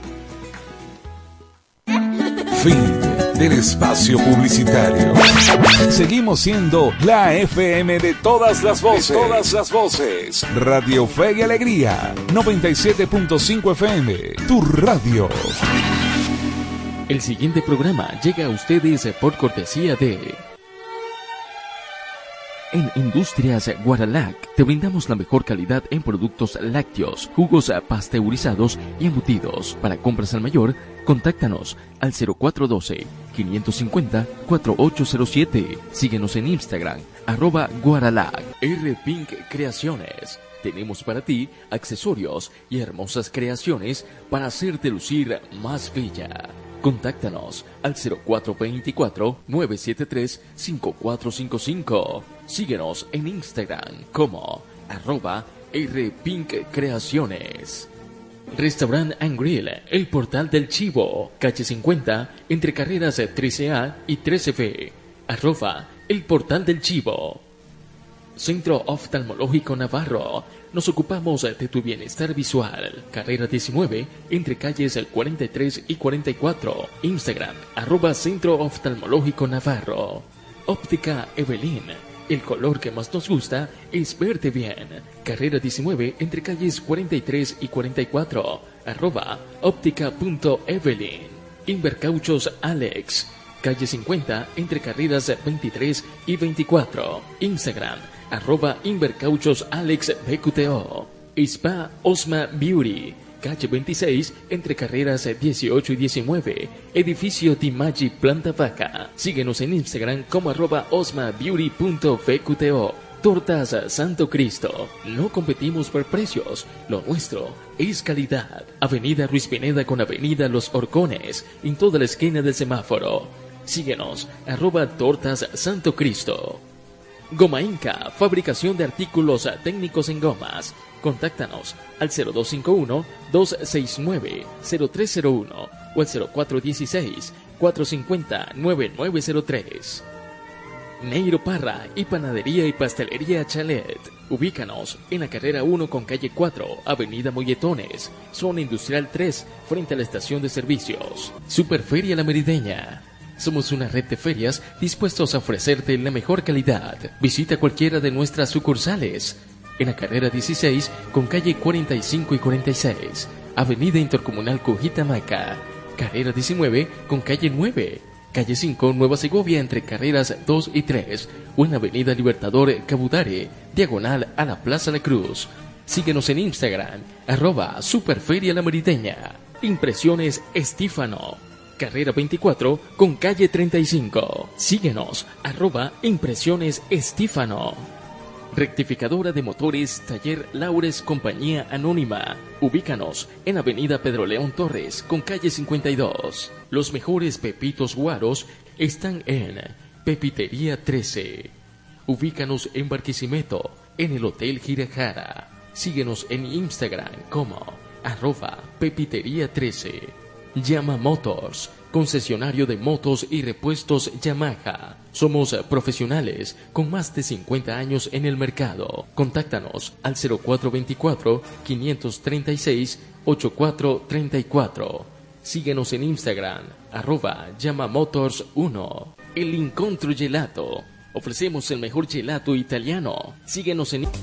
E: Fin del espacio publicitario. Seguimos siendo la FM de todas las voces. Radio Fe y Alegría, 97.5 FM, tu radio.
U: El siguiente programa llega a ustedes por cortesía de... En Industrias Guaralac te brindamos la mejor calidad en productos lácteos, jugos pasteurizados y embutidos. Para compras al mayor, contáctanos al 0412-550-4807. Síguenos en Instagram, @Guaralac. R-Pink Creaciones. Tenemos para ti accesorios y hermosas creaciones para hacerte lucir más bella. Contáctanos al 0424-973-5455. Síguenos en Instagram como @RPinkCreaciones. Restaurant and Grill, El Portal del Chivo, calle 50, entre carreras 13A y 13B, @El Portal del Chivo. Centro Oftalmológico Navarro. Nos ocupamos de tu bienestar visual. Carrera 19, entre calles 43 y 44. Instagram, @Centro Oftalmológico Navarro. Óptica Evelyn. El color que más nos gusta es verte bien. Carrera 19, entre calles 43 y 44. @óptica.evelyn. Invercauchos Alex. Calle 50, entre carreras 23 y 24. Instagram, @Invercauchos Alex BQTO. Spa Osma Beauty. Calle 26, entre carreras 18 y 19. Edificio Timagi Planta Vaca. Síguenos en Instagram como @osmabeauty.bqto. Tortas Santo Cristo. No competimos por precios. Lo nuestro es calidad. Avenida Ruiz Pineda con Avenida Los Horcones. En toda la esquina del semáforo. Síguenos @Tortas Santo Cristo. Goma Inca, fabricación de artículos técnicos en gomas. Contáctanos al 0251-269-0301 o al 0416-450-9903. Neiro Parra y Panadería y Pastelería Chalet. Ubícanos en la carrera 1 con calle 4, Avenida Molletones, zona industrial 3, frente a la estación de servicios. Superferia La Merideña. Somos una red de ferias dispuestos a ofrecerte la mejor calidad. Visita cualquiera de nuestras sucursales. En la carrera 16 con calle 45 y 46, Avenida Intercomunal Cujitamaca. Carrera 19 con calle 9, calle 5 Nueva Segovia entre carreras 2 y 3 o en Avenida Libertador Cabudare, diagonal a la Plaza La Cruz. Síguenos en Instagram, @Superferia La Merideña. Impresiones Estífano. Carrera 24 con calle 35. Síguenos, @Impresiones Estífano. Rectificadora de motores, Taller Laures Compañía Anónima. Ubícanos en Avenida Pedro León Torres con calle 52. Los mejores pepitos guaros están en Pepitería 13. Ubícanos en Barquisimeto, en el Hotel Girajara. Síguenos en Instagram como @Pepitería 13. Yama Motors, concesionario de motos y repuestos Yamaha. Somos profesionales con más de 50 años en el mercado. Contáctanos al 0424-536-8434. Síguenos en Instagram, @YamaMotors1. El Incontro Gelato. Ofrecemos el mejor gelato italiano. Síguenos en